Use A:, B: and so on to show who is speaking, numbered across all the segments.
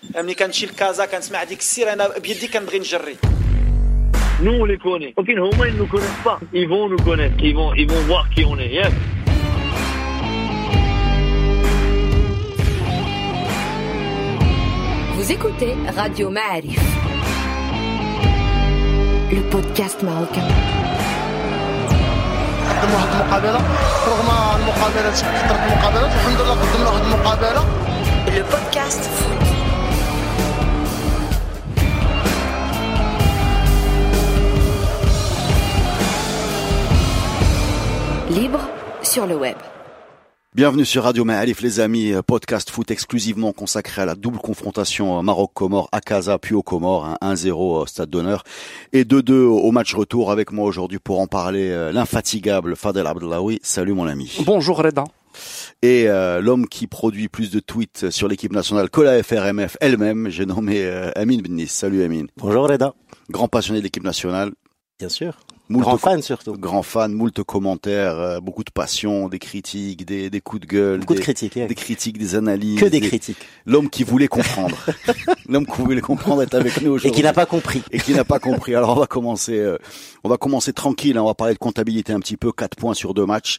A: ملي كنمشي لكازا كنسمع ديك السير انا بيدي كنبغي نجري.
B: Nous on les connaît. Ok, Homa ils nous connaissent pas. Ils vont nous connaître. Ils vont voir qui on est. Yes.
C: Vous écoutez Radio Ma'arif, le podcast marocain.
D: قدموا واحد المقابله رغم المقابلات كثرت المقابلات الحمد لله قدمنا واحد المقابله.
C: Le podcast foot. Libre sur le web.
E: Bienvenue sur Radio Ma'arif, les amis, podcast foot exclusivement consacré à la double confrontation Maroc-Comores à Casa puis aux Comores, 1-0 au Stade d'Honneur et 2-2 au match retour. Avec moi aujourd'hui pour en parler, l'infatigable Fadel Abdellaoui. Salut mon ami.
F: Bonjour Reda.
E: Et l'homme qui produit plus de tweets sur l'équipe nationale que la FRMF elle-même, j'ai nommé Amin Bennis. Salut Amin.
G: Bonjour Reda.
E: Grand passionné de l'équipe nationale.
G: Bien sûr. Grand fan surtout.
E: Grand fan, moult commentaires, beaucoup de passion, des critiques, des coups de gueule.
G: Beaucoup de critiques.
E: Des critiques, des analyses.
G: Que des critiques.
E: L'homme qui voulait comprendre. L'homme qui voulait comprendre est avec nous aujourd'hui.
G: Et qui n'a pas compris.
E: Alors on va commencer tranquille, hein, on va parler de comptabilité un petit peu, 4 points sur 2 matchs.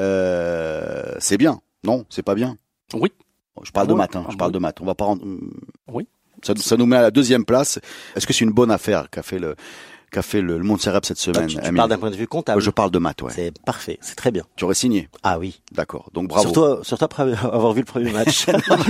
E: C'est bien. Non, c'est pas bien.
F: Oui.
E: Je parle de maths, hein. Je parle de maths. On va pas rendre...
F: Oui.
E: Ça nous met à la 2e place. Est-ce que c'est une bonne affaire qu'a fait le Montserrat cette semaine?
G: Tu parles d'un point de vue comptable.
E: Je parle de maths, ouais.
G: C'est parfait, c'est très bien.
E: Tu aurais signé?
G: Ah oui.
E: D'accord. Donc bravo.
G: Surtout après avoir vu le premier match.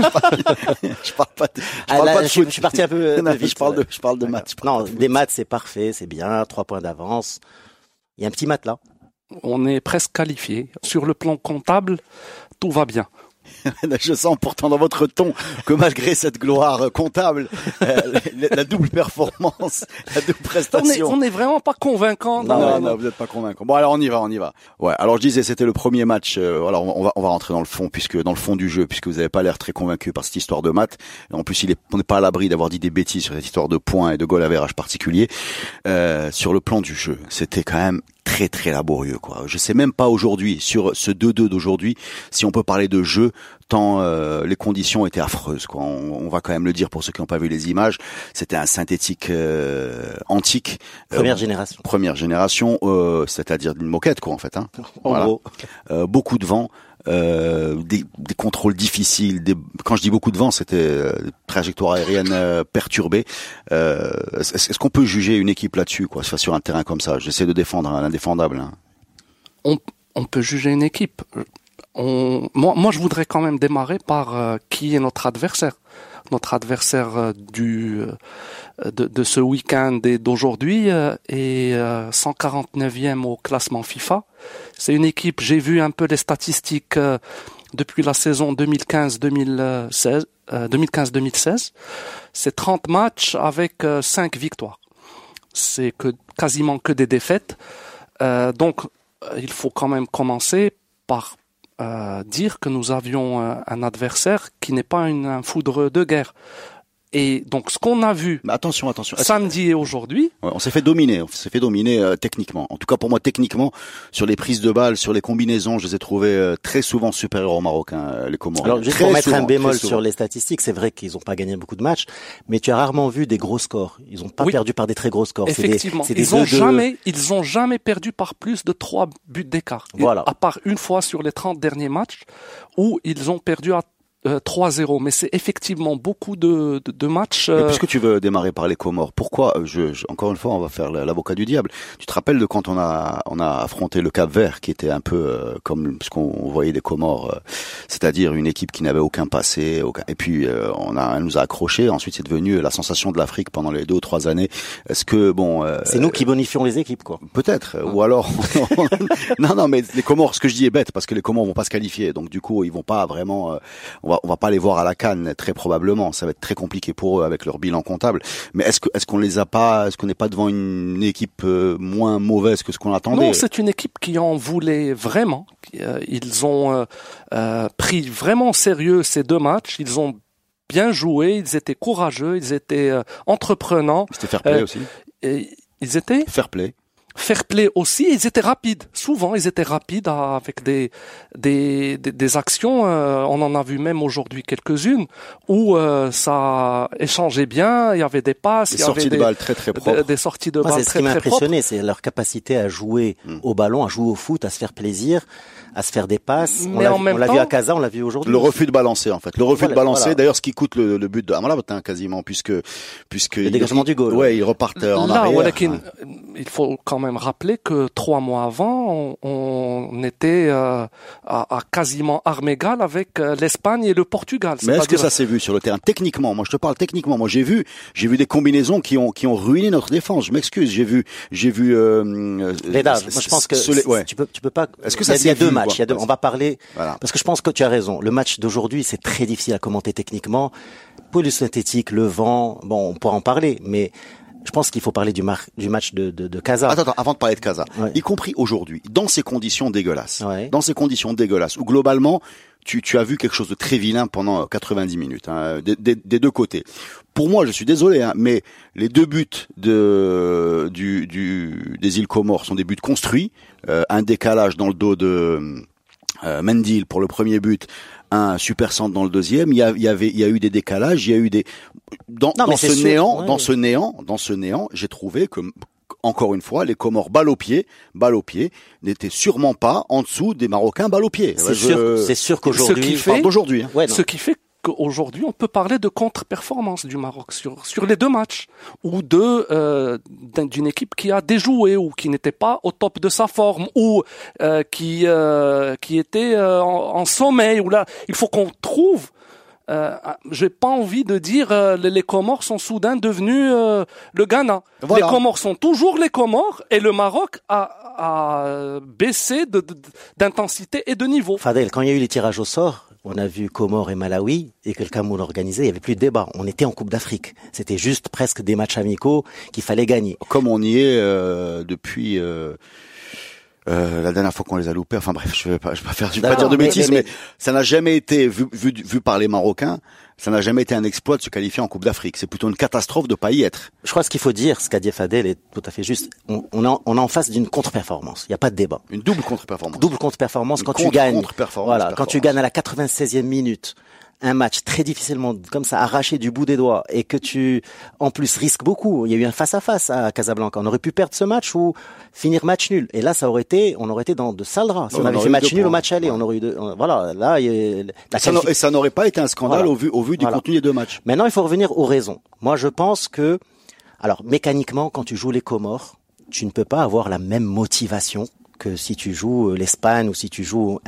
E: Je parle pas de foot.
G: Je suis parti un peu vite.
E: Je parle de maths.
G: Non, des maths c'est parfait, c'est bien, 3 points d'avance. Il y a un petit mat là.
F: On est presque qualifié. Sur le plan comptable, tout va bien.
E: Je sens pourtant dans votre ton que malgré cette gloire comptable, la double performance, la double prestation.
F: On n'est vraiment pas convaincant.
E: Non, vous n'êtes pas convaincant. Bon, alors on y va. Ouais. Alors je disais, c'était le premier match. Alors on va rentrer dans le fond du jeu, puisque vous n'avez pas l'air très convaincu par cette histoire de maths. En plus, on n'est pas à l'abri d'avoir dit des bêtises sur cette histoire de points et de goal average particulier. Sur le plan du jeu, c'était quand même très très laborieux, quoi. Je sais même pas aujourd'hui, sur ce 2-2 d'aujourd'hui, si on peut parler de jeu, tant les conditions étaient affreuses, quoi. On va quand même le dire pour ceux qui n'ont pas vu les images. C'était un synthétique antique. Première génération, c'est-à-dire une moquette, quoi, en fait. Hein.
G: En gros.
E: Beaucoup de vent. Des contrôles difficiles. Quand je dis beaucoup de vent, c'était des trajectoires aériennes perturbées. Est-ce qu'on peut juger une équipe là-dessus, quoi, sur un terrain comme ça? J'essaie de défendre l'indéfendable. Hein.
F: On peut juger une équipe. Moi, je voudrais quand même démarrer par qui est notre adversaire. Notre adversaire de ce week-end et d'aujourd'hui est 149e au classement FIFA. C'est une équipe, j'ai vu un peu les statistiques depuis la saison 2015-2016. C'est 30 matchs avec 5 victoires. C'est quasiment que des défaites. Donc, il faut quand même commencer par dire que nous avions un adversaire qui n'est pas un foudre de guerre. Et donc, ce qu'on a vu
E: attention.
F: samedi et aujourd'hui...
E: Ouais, on s'est fait dominer techniquement. En tout cas, pour moi, techniquement, sur les prises de balles, sur les combinaisons, je les ai trouvées très souvent supérieures aux Marocains, les Comoriens.
G: Alors, juste pour mettre un bémol sur les statistiques, c'est vrai qu'ils n'ont pas gagné beaucoup de matchs, mais tu as rarement vu des gros scores. Ils n'ont pas perdu par des très gros scores.
F: Effectivement. Ils ont jamais perdu par plus de 3 buts d'écart.
G: Voilà.
F: À part une fois sur les 30 derniers matchs où ils ont perdu à 3-0, mais c'est effectivement beaucoup de matchs.
E: Puisque tu veux démarrer par les Comores, pourquoi encore une fois, on va faire l'avocat du diable. Tu te rappelles de quand on a affronté le Cap-Vert, qui était un peu comme ce qu'on voyait des Comores, c'est-à-dire une équipe qui n'avait aucun passé, et puis elle nous a accroché. Ensuite, c'est devenu la sensation de l'Afrique pendant les 2 ou 3 années. Est-ce que
G: c'est nous qui bonifions les équipes, quoi.
E: Peut-être, ou alors non, mais les Comores, ce que je dis est bête, parce que les Comores vont pas se qualifier, donc du coup, ils vont pas vraiment. On va pas les voir à la CAN, très probablement. Ça va être très compliqué pour eux avec leur bilan comptable. Mais est-ce qu'on n'est pas devant une équipe moins mauvaise que ce qu'on attendait?
F: Non, c'est une équipe qui en voulait vraiment. Ils ont pris vraiment au sérieux ces 2 matchs. Ils ont bien joué, ils étaient courageux, ils étaient entreprenants.
E: C'était fair play aussi.
F: Ils étaient
E: fair play.
F: fair play aussi, ils étaient rapides. Souvent, ils étaient rapides avec des actions. On en a vu même aujourd'hui quelques-unes où ça échangeait bien. Il y avait des passes, il y avait
E: de balles très très propres.
F: Des sorties de balles très très propres.
G: C'est ce qui m'a impressionné, c'est leur capacité à jouer au ballon, à jouer au foot, à se faire plaisir, à se faire des passes.
F: Mais on l'a
G: vu à Casa, on l'a vu aujourd'hui.
E: Le refus de balancer, en fait. Le refus de balancer. D'ailleurs, ce qui coûte le but de Amrabat, quasiment, puisque
G: le dégagement du goal.
E: Ouais, ils repartent en arrière.
F: Il faut quand même rappeler que 3 mois avant, on était à quasiment armes égales avec l'Espagne et le Portugal.
E: Mais est-ce que ça s'est vu sur le terrain? Techniquement, moi je te parle techniquement. Moi j'ai vu des combinaisons qui ont ruiné notre défense. Je m'excuse. J'ai vu.
G: Moi je pense que tu peux pas.
E: Est-ce que ça
G: il y a deux matchs. On va parler parce que je pense que tu as raison. Le match d'aujourd'hui, c'est très difficile à commenter techniquement. Police synthétique, le vent, bon, on pourra en parler, mais je pense qu'il faut parler du match de Casa.
E: Attends, avant de parler de Casa, y compris aujourd'hui, dans ces conditions dégueulasses, où globalement, tu as vu quelque chose de très vilain pendant 90 minutes, des deux côtés. Pour moi, je suis désolé, mais les 2 buts des îles Comores sont des buts construits, un décalage dans le dos de Mendil pour le premier but, un super centre dans le deuxième. Il y a eu des décalages, il y a eu dans ce néant, j'ai trouvé que encore une fois, les Comores balle au pied, n'étaient sûrement pas en dessous des Marocains balle au pied.
G: C'est sûr qu'aujourd'hui,
F: ce qui fait qu'aujourd'hui, on peut parler de contre-performance du Maroc sur les 2 matchs, ou d'une équipe qui a déjoué, ou qui n'était pas au top de sa forme, ou qui était en sommeil. Ou là, il faut qu'on trouve. J'ai pas envie de dire les Comores sont soudain devenus le Ghana. Voilà. Les Comores sont toujours les Comores, et le Maroc a baissé d'intensité et de niveau.
G: Fadel, quand il y a eu les tirages au sort, on a vu Comores et Malawi, et que le Cameroun organisait, il n'y avait plus de débat. On était en Coupe d'Afrique. C'était juste presque des matchs amicaux qu'il fallait gagner.
E: Comme on y est depuis la dernière fois qu'on les a loupés. Enfin bref, je vais pas dire de bêtises, mais ça n'a jamais été vu par les Marocains. Ça n'a jamais été un exploit de se qualifier en Coupe d'Afrique. C'est plutôt une catastrophe de pas y être.
G: Je crois que ce qu'il faut dire, ce qu'a dit Fadel est tout à fait juste. On est en face d'une contre-performance. Il n'y a pas de débat.
E: Une double contre-performance.
G: Double contre-performance quand tu gagnes. Quand tu gagnes à la 96e minute un match très difficilement comme ça arraché du bout des doigts, et que tu en plus risques beaucoup. Il y a eu un face-à-face à Casablanca. On aurait pu perdre ce match ou finir match nul. Et là, on aurait été dans de sales draps. Si on avait fait match nul au match aller, on aurait eu
E: ça n'aurait pas été un scandale au vu du contenu des 2 matchs.
G: Maintenant, il faut revenir aux raisons. Moi, je pense que, mécaniquement, quand tu joues les Comores, tu ne peux pas avoir la même motivation que si tu joues l'Espagne ou si tu joues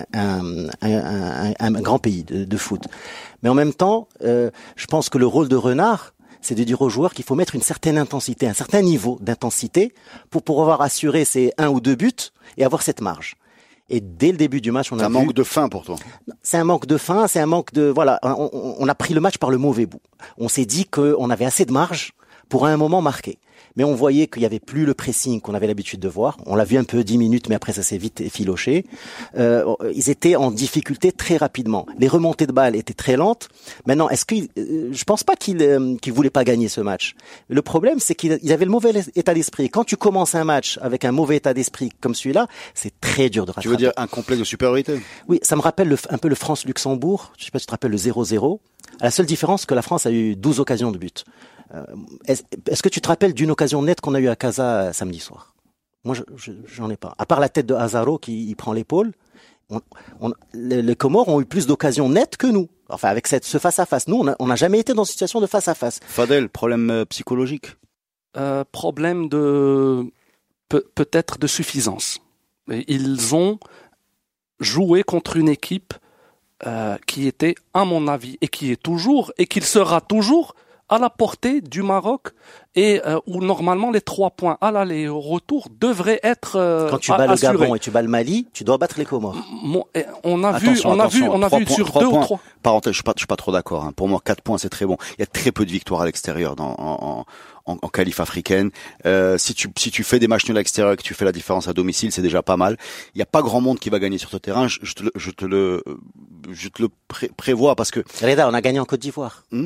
G: un grand pays de foot. Mais en même temps, je pense que le rôle de Renard, c'est de dire aux joueurs qu'il faut mettre une certaine intensité, un certain niveau d'intensité pour pouvoir assurer ces 1 ou 2 buts et avoir cette marge. Et dès le début du match, on a vu...
E: C'est un manque de faim pour toi.
G: C'est un manque de faim, c'est un manque de... Voilà, on a pris le match par le mauvais bout. On s'est dit qu'on avait assez de marge pour à un moment marquer. Mais on voyait qu'il y avait plus le pressing qu'on avait l'habitude de voir. On l'a vu un peu 10 minutes, mais après ça s'est vite effiloché. Ils étaient en difficulté très rapidement. Les remontées de balles étaient très lentes. Maintenant, je pense pas qu'ils voulaient pas gagner ce match. Le problème, c'est qu'ils avaient le mauvais état d'esprit. Quand tu commences un match avec un mauvais état d'esprit comme celui-là, c'est très dur de rattraper.
E: Tu veux dire un complexe de supériorité?
G: Oui, ça me rappelle un peu le France-Luxembourg. Je sais pas si tu te rappelles le 0-0. À la seule différence que la France a eu 12 occasions de but. Est-ce que tu te rappelles d'une occasion nette qu'on a eue à Casa samedi soir? Moi, j'en ai pas. À part la tête de Hazaro qui prend l'épaule, les Comores ont eu plus d'occasions nettes que nous. Enfin, avec ce face-à-face. Nous, on n'a jamais été dans une situation de face-à-face.
E: Fadel, problème psychologique?
F: Problème peut-être de suffisance. Ils ont joué contre une équipe qui était, à mon avis, et qui est toujours, et qui sera toujours à la portée du Maroc, et où normalement les 3 points à l'aller et au retour devraient être
G: quand tu bats le Gabon et tu bats le Mali, tu dois battre les Comores.
F: On a vu sur 2 ou 3.
E: Parenthèse, je suis pas trop d'accord. Pour moi, 4 points, c'est très bon. Il y a très peu de victoires à l'extérieur en qualif africaine. Si tu fais des matchs nuls à l'extérieur et que tu fais la différence à domicile, c'est déjà pas mal. Il y a pas grand monde qui va gagner sur ce terrain. Je te le prévois parce que
G: Reda, on a gagné en Côte d'Ivoire.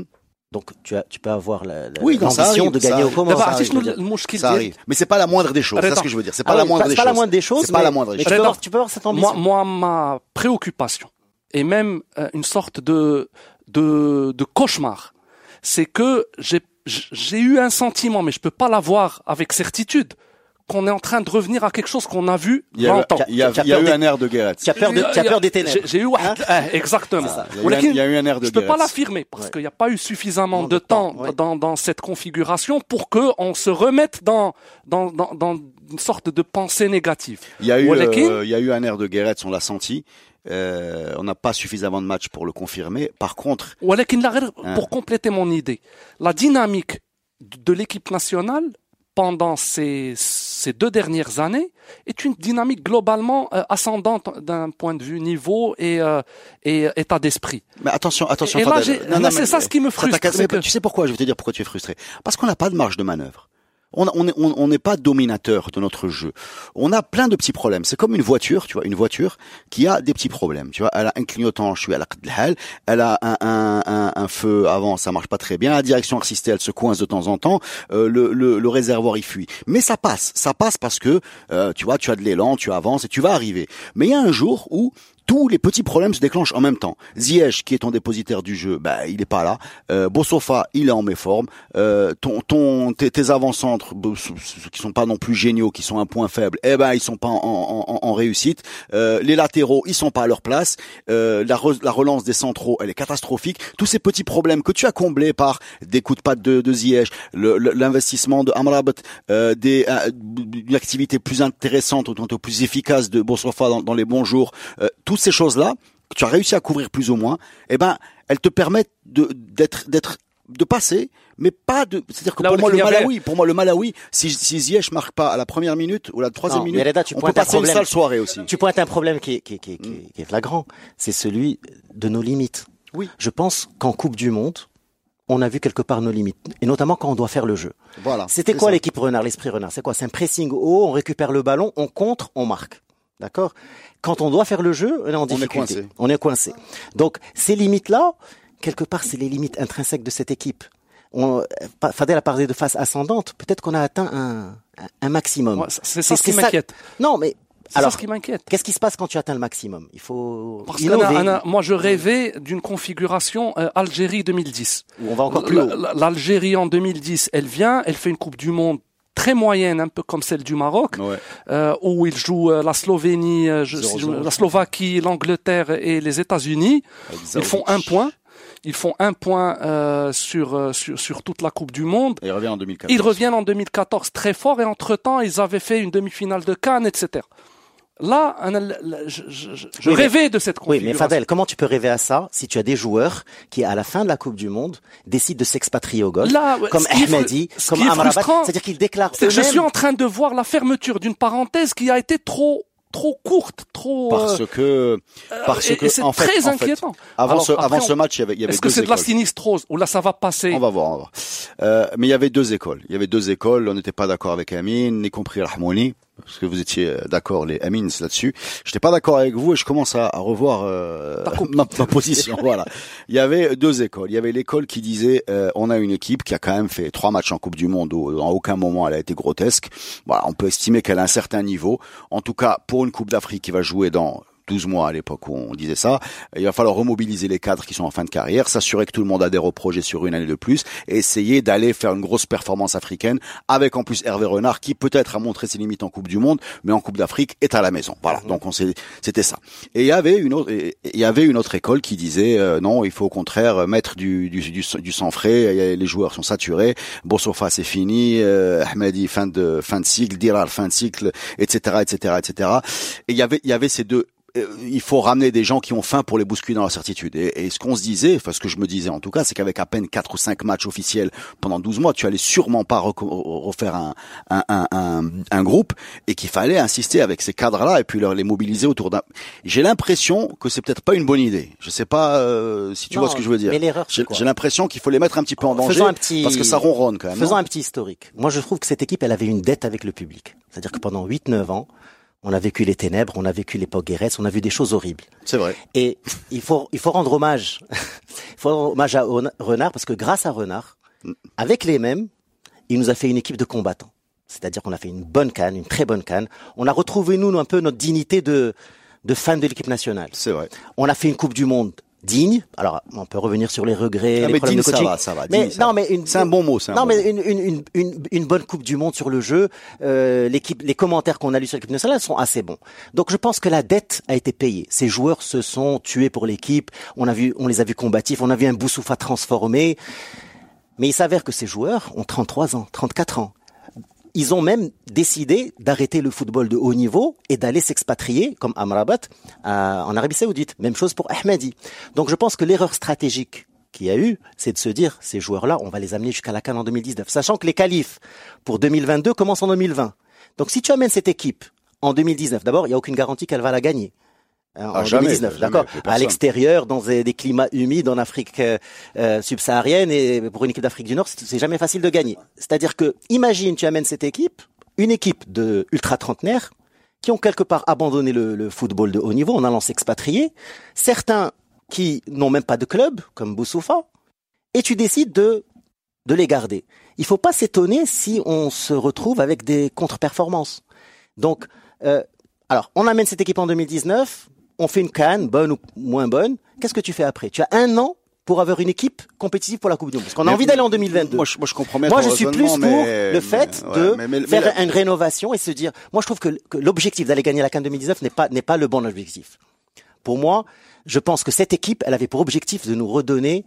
G: Donc tu peux avoir
E: oui, ça
G: l'ambition
E: arrive,
G: de gagner au Comores.
E: Ça arrive. Mais c'est pas la moindre des choses. C'est ce que je veux dire. C'est pas la moindre des choses.
G: C'est pas la moindre des choses.
E: C'est pas la moindre des choses.
G: Tu peux avoir cette ambition.
F: Moi, ma préoccupation et même une sorte de cauchemar, c'est que j'ai eu un sentiment, mais je peux pas l'avoir avec certitude, qu'on est en train de revenir à quelque chose qu'on a vu longtemps.
E: Il y a eu un air de Guéret.
G: Tu as peur des ténèbres.
F: J'ai eu, exactement.
E: Il y a eu un air de
F: Je peux pas l'affirmer parce qu'il n'y a pas eu suffisamment de temps dans cette configuration pour que on se remette dans une sorte de pensée négative.
E: Il y a eu un air de Guéret, on l'a senti. On n'a pas suffisamment de matchs pour le confirmer. Par contre,
F: pour compléter mon idée, la dynamique de l'équipe nationale pendant ces 2 dernières années est une dynamique globalement ascendante d'un point de vue niveau et état d'esprit.
E: Mais attention.
F: Et là, c'est ça ce qui me frustre.
E: Tu sais pourquoi? Je vais te dire pourquoi tu es frustré. Parce qu'on n'a pas de marge de manœuvre. On n'est pas dominateur de notre jeu. On a plein de petits problèmes. C'est comme une voiture, tu vois, une voiture qui a des petits problèmes. Tu vois, elle a un clignotant, je suis à la qd al-hal, elle a un feu avant, ça marche pas très bien, la direction assistée, elle se coince de temps en temps, le réservoir il fuit. Mais ça passe parce que tu vois, tu as de l'élan, tu avances et tu vas arriver. Mais il y a un jour où tous les petits problèmes se déclenchent en même temps. Ziyech, qui est ton dépositaire du jeu, il est pas là. Bossofa, il est en méforme. Tes avant-centres, qui sont pas non plus géniaux, qui sont un point faible, ils sont pas en réussite. Les latéraux, ils sont pas à leur place. La relance des centraux, elle est catastrophique. Tous ces petits problèmes que tu as comblés par des coups de patte de Ziyech, l'investissement de Amrabat, une activité plus intéressante, ou plus efficace de Bossofa dans les bons jours. Toutes ces choses-là, que tu as réussi à couvrir plus ou moins, elles te permettent de passer, mais pas de, c'est-à-dire que pour moi, le Malawi, si Ziyech marque pas à la première minute ou la troisième minute, on peut passer une sale soirée aussi.
G: Tu pointes un problème qui est flagrant. C'est celui de nos limites.
E: Oui.
G: Je pense qu'en Coupe du Monde, on a vu quelque part nos limites. Et notamment quand on doit faire le jeu.
E: Voilà.
G: C'était quoi l'équipe Renard, l'esprit Renard? C'est quoi? C'est un pressing haut, on récupère le ballon, on contre, on marque. D'accord? Quand on doit faire le jeu, on est en difficulté. On est coincé. Donc, ces limites-là, quelque part, c'est les limites intrinsèques de cette équipe. Fadel a parlé de phase ascendante. Peut-être qu'on a atteint un maximum.
F: Ouais, c'est ça ce qui m'inquiète.
G: Non, mais
F: alors, ce qui m'inquiète.
G: Qu'est-ce qui se passe quand tu atteins le maximum? Il faut
F: parce
G: innover.
F: Moi, je rêvais d'une configuration Algérie 2010.
G: Où on va encore plus haut.
F: L'Algérie en 2010, elle fait une Coupe du Monde très moyenne, un peu comme celle du Maroc, où il joue la Slovénie, la Slovaquie, l'Angleterre et les États-Unis. Ils font un point. Ils font un point sur toute la Coupe du Monde.
E: Et ils reviennent en 2014.
F: Ils reviennent en 2014 très fort et entre-temps, ils avaient fait une demi-finale de Cannes, etc. Là, je rêvais de cette configuration.
G: Oui, mais Fadel, comment tu peux rêver à ça si tu as des joueurs qui, à la fin de la Coupe du Monde, décident de s'expatrier au Golfe, comme Ahmadi, comme Amrabat, c'est-à-dire qu'ils déclarent eux-mêmes...
F: Je suis en train de voir la fermeture d'une parenthèse qui a été trop courte,
E: parce que
F: c'est en fait, très inquiétant.
E: Avant ce match, il y avait deux écoles.
F: Est-ce que c'est de la sinistrose ou là ça va passer?
E: On va voir. Mais il y avait deux écoles. On n'était pas d'accord avec Amine, y compris Rahmouni. Parce que vous étiez d'accord, les Amines, là-dessus. J'étais pas d'accord avec vous et je commence à revoir ma position. Voilà. Il y avait deux écoles. Il y avait l'école qui disait on a une équipe qui a quand même fait 3 matchs en Coupe du Monde où en aucun moment elle a été grotesque. Voilà, on peut estimer qu'elle a un certain niveau. En tout cas, pour une Coupe d'Afrique qui va jouer dans 12 mois à l'époque où on disait ça, il va falloir remobiliser les cadres qui sont en fin de carrière, s'assurer que tout le monde adhère au projet sur une année de plus et essayer d'aller faire une grosse performance africaine avec en plus Hervé Renard qui peut-être a montré ses limites en Coupe du Monde mais en Coupe d'Afrique est à la maison. Voilà, donc c'était ça. Et il y avait une autre école qui disait non, il faut au contraire mettre du sang frais, les joueurs sont saturés, Bossofa c'est fini, Ahmadi fin de cycle, Dirar fin de cycle, etc. Et il y avait ces deux. Il faut ramener des gens qui ont faim pour les bousculer dans la certitude. Et ce qu'on se disait, enfin ce que je me disais en tout cas, c'est qu'avec à peine 4 ou 5 matchs officiels pendant 12 mois, tu allais sûrement pas refaire un groupe et qu'il fallait insister avec ces cadres-là et puis les mobiliser autour d'un... J'ai l'impression que c'est peut-être pas une bonne idée. Je sais pas si tu vois ce que je veux dire.
G: Mais l'erreur,
E: j'ai l'impression qu'il faut les mettre un petit peu en danger parce que ça ronronne quand même.
G: Faisons un petit historique. Moi je trouve que cette équipe, elle avait une dette avec le public. C'est-à-dire que pendant 8-9 ans, on a vécu les ténèbres, on a vécu l'époque Guéret, on a vu des choses horribles.
E: C'est vrai.
G: Et il faut rendre hommage. Il faut rendre hommage à Renard parce que grâce à Renard, avec les mêmes, il nous a fait une équipe de combattants. C'est-à-dire qu'on a fait une bonne CAN, une très bonne CAN. On a retrouvé, nous, un peu notre dignité de fans de l'équipe nationale.
E: C'est vrai.
G: On a fait une Coupe du Monde digne. Alors, on peut revenir sur les regrets, les problèmes de coaching.
E: Ça va.
G: Mais,
E: non, mais c'est un bon mot,
G: une bonne Coupe du Monde sur le jeu. Les commentaires qu'on a lus sur l'équipe nationale sont assez bons. Donc, je pense que la dette a été payée. Ces joueurs se sont tués pour l'équipe. On les a vus combatifs. On a vu un Boussoufa transformé. Mais il s'avère que ces joueurs ont 33 ans, 34 ans. Ils ont même décidé d'arrêter le football de haut niveau et d'aller s'expatrier, comme Amrabat, en Arabie Saoudite. Même chose pour Ahmadi. Donc je pense que l'erreur stratégique qu'il y a eu, c'est de se dire, ces joueurs-là, on va les amener jusqu'à la CAN en 2019. Sachant que les qualifs pour 2022 commencent en 2020. Donc si tu amènes cette équipe en 2019, d'abord, il n'y a aucune garantie qu'elle va la gagner. En 2019, d'accord. À l'extérieur, dans des climats humides en Afrique subsaharienne et pour une équipe d'Afrique du Nord, c'est jamais facile de gagner. C'est-à-dire que, imagine, tu amènes cette équipe, une équipe de ultra trentenaires qui ont quelque part abandonné le football de haut niveau en allant s'expatrier, certains qui n'ont même pas de club, comme Boussoufa, et tu décides de les garder. Il faut pas s'étonner si on se retrouve avec des contre-performances. Donc, alors, on amène cette équipe en 2019, on fait une CAN, bonne ou moins bonne. Qu'est-ce que tu fais après? Tu as 1 an pour avoir une équipe compétitive pour la Coupe du Monde. Parce qu'on a envie d'aller en 2022.
E: Moi, je comprends bien.
G: Moi, je suis plus pour le fait de faire une rénovation et se dire, moi, je trouve que l'objectif d'aller gagner la CAN 2019 n'est pas le bon objectif. Pour moi, je pense que cette équipe, elle avait pour objectif de nous redonner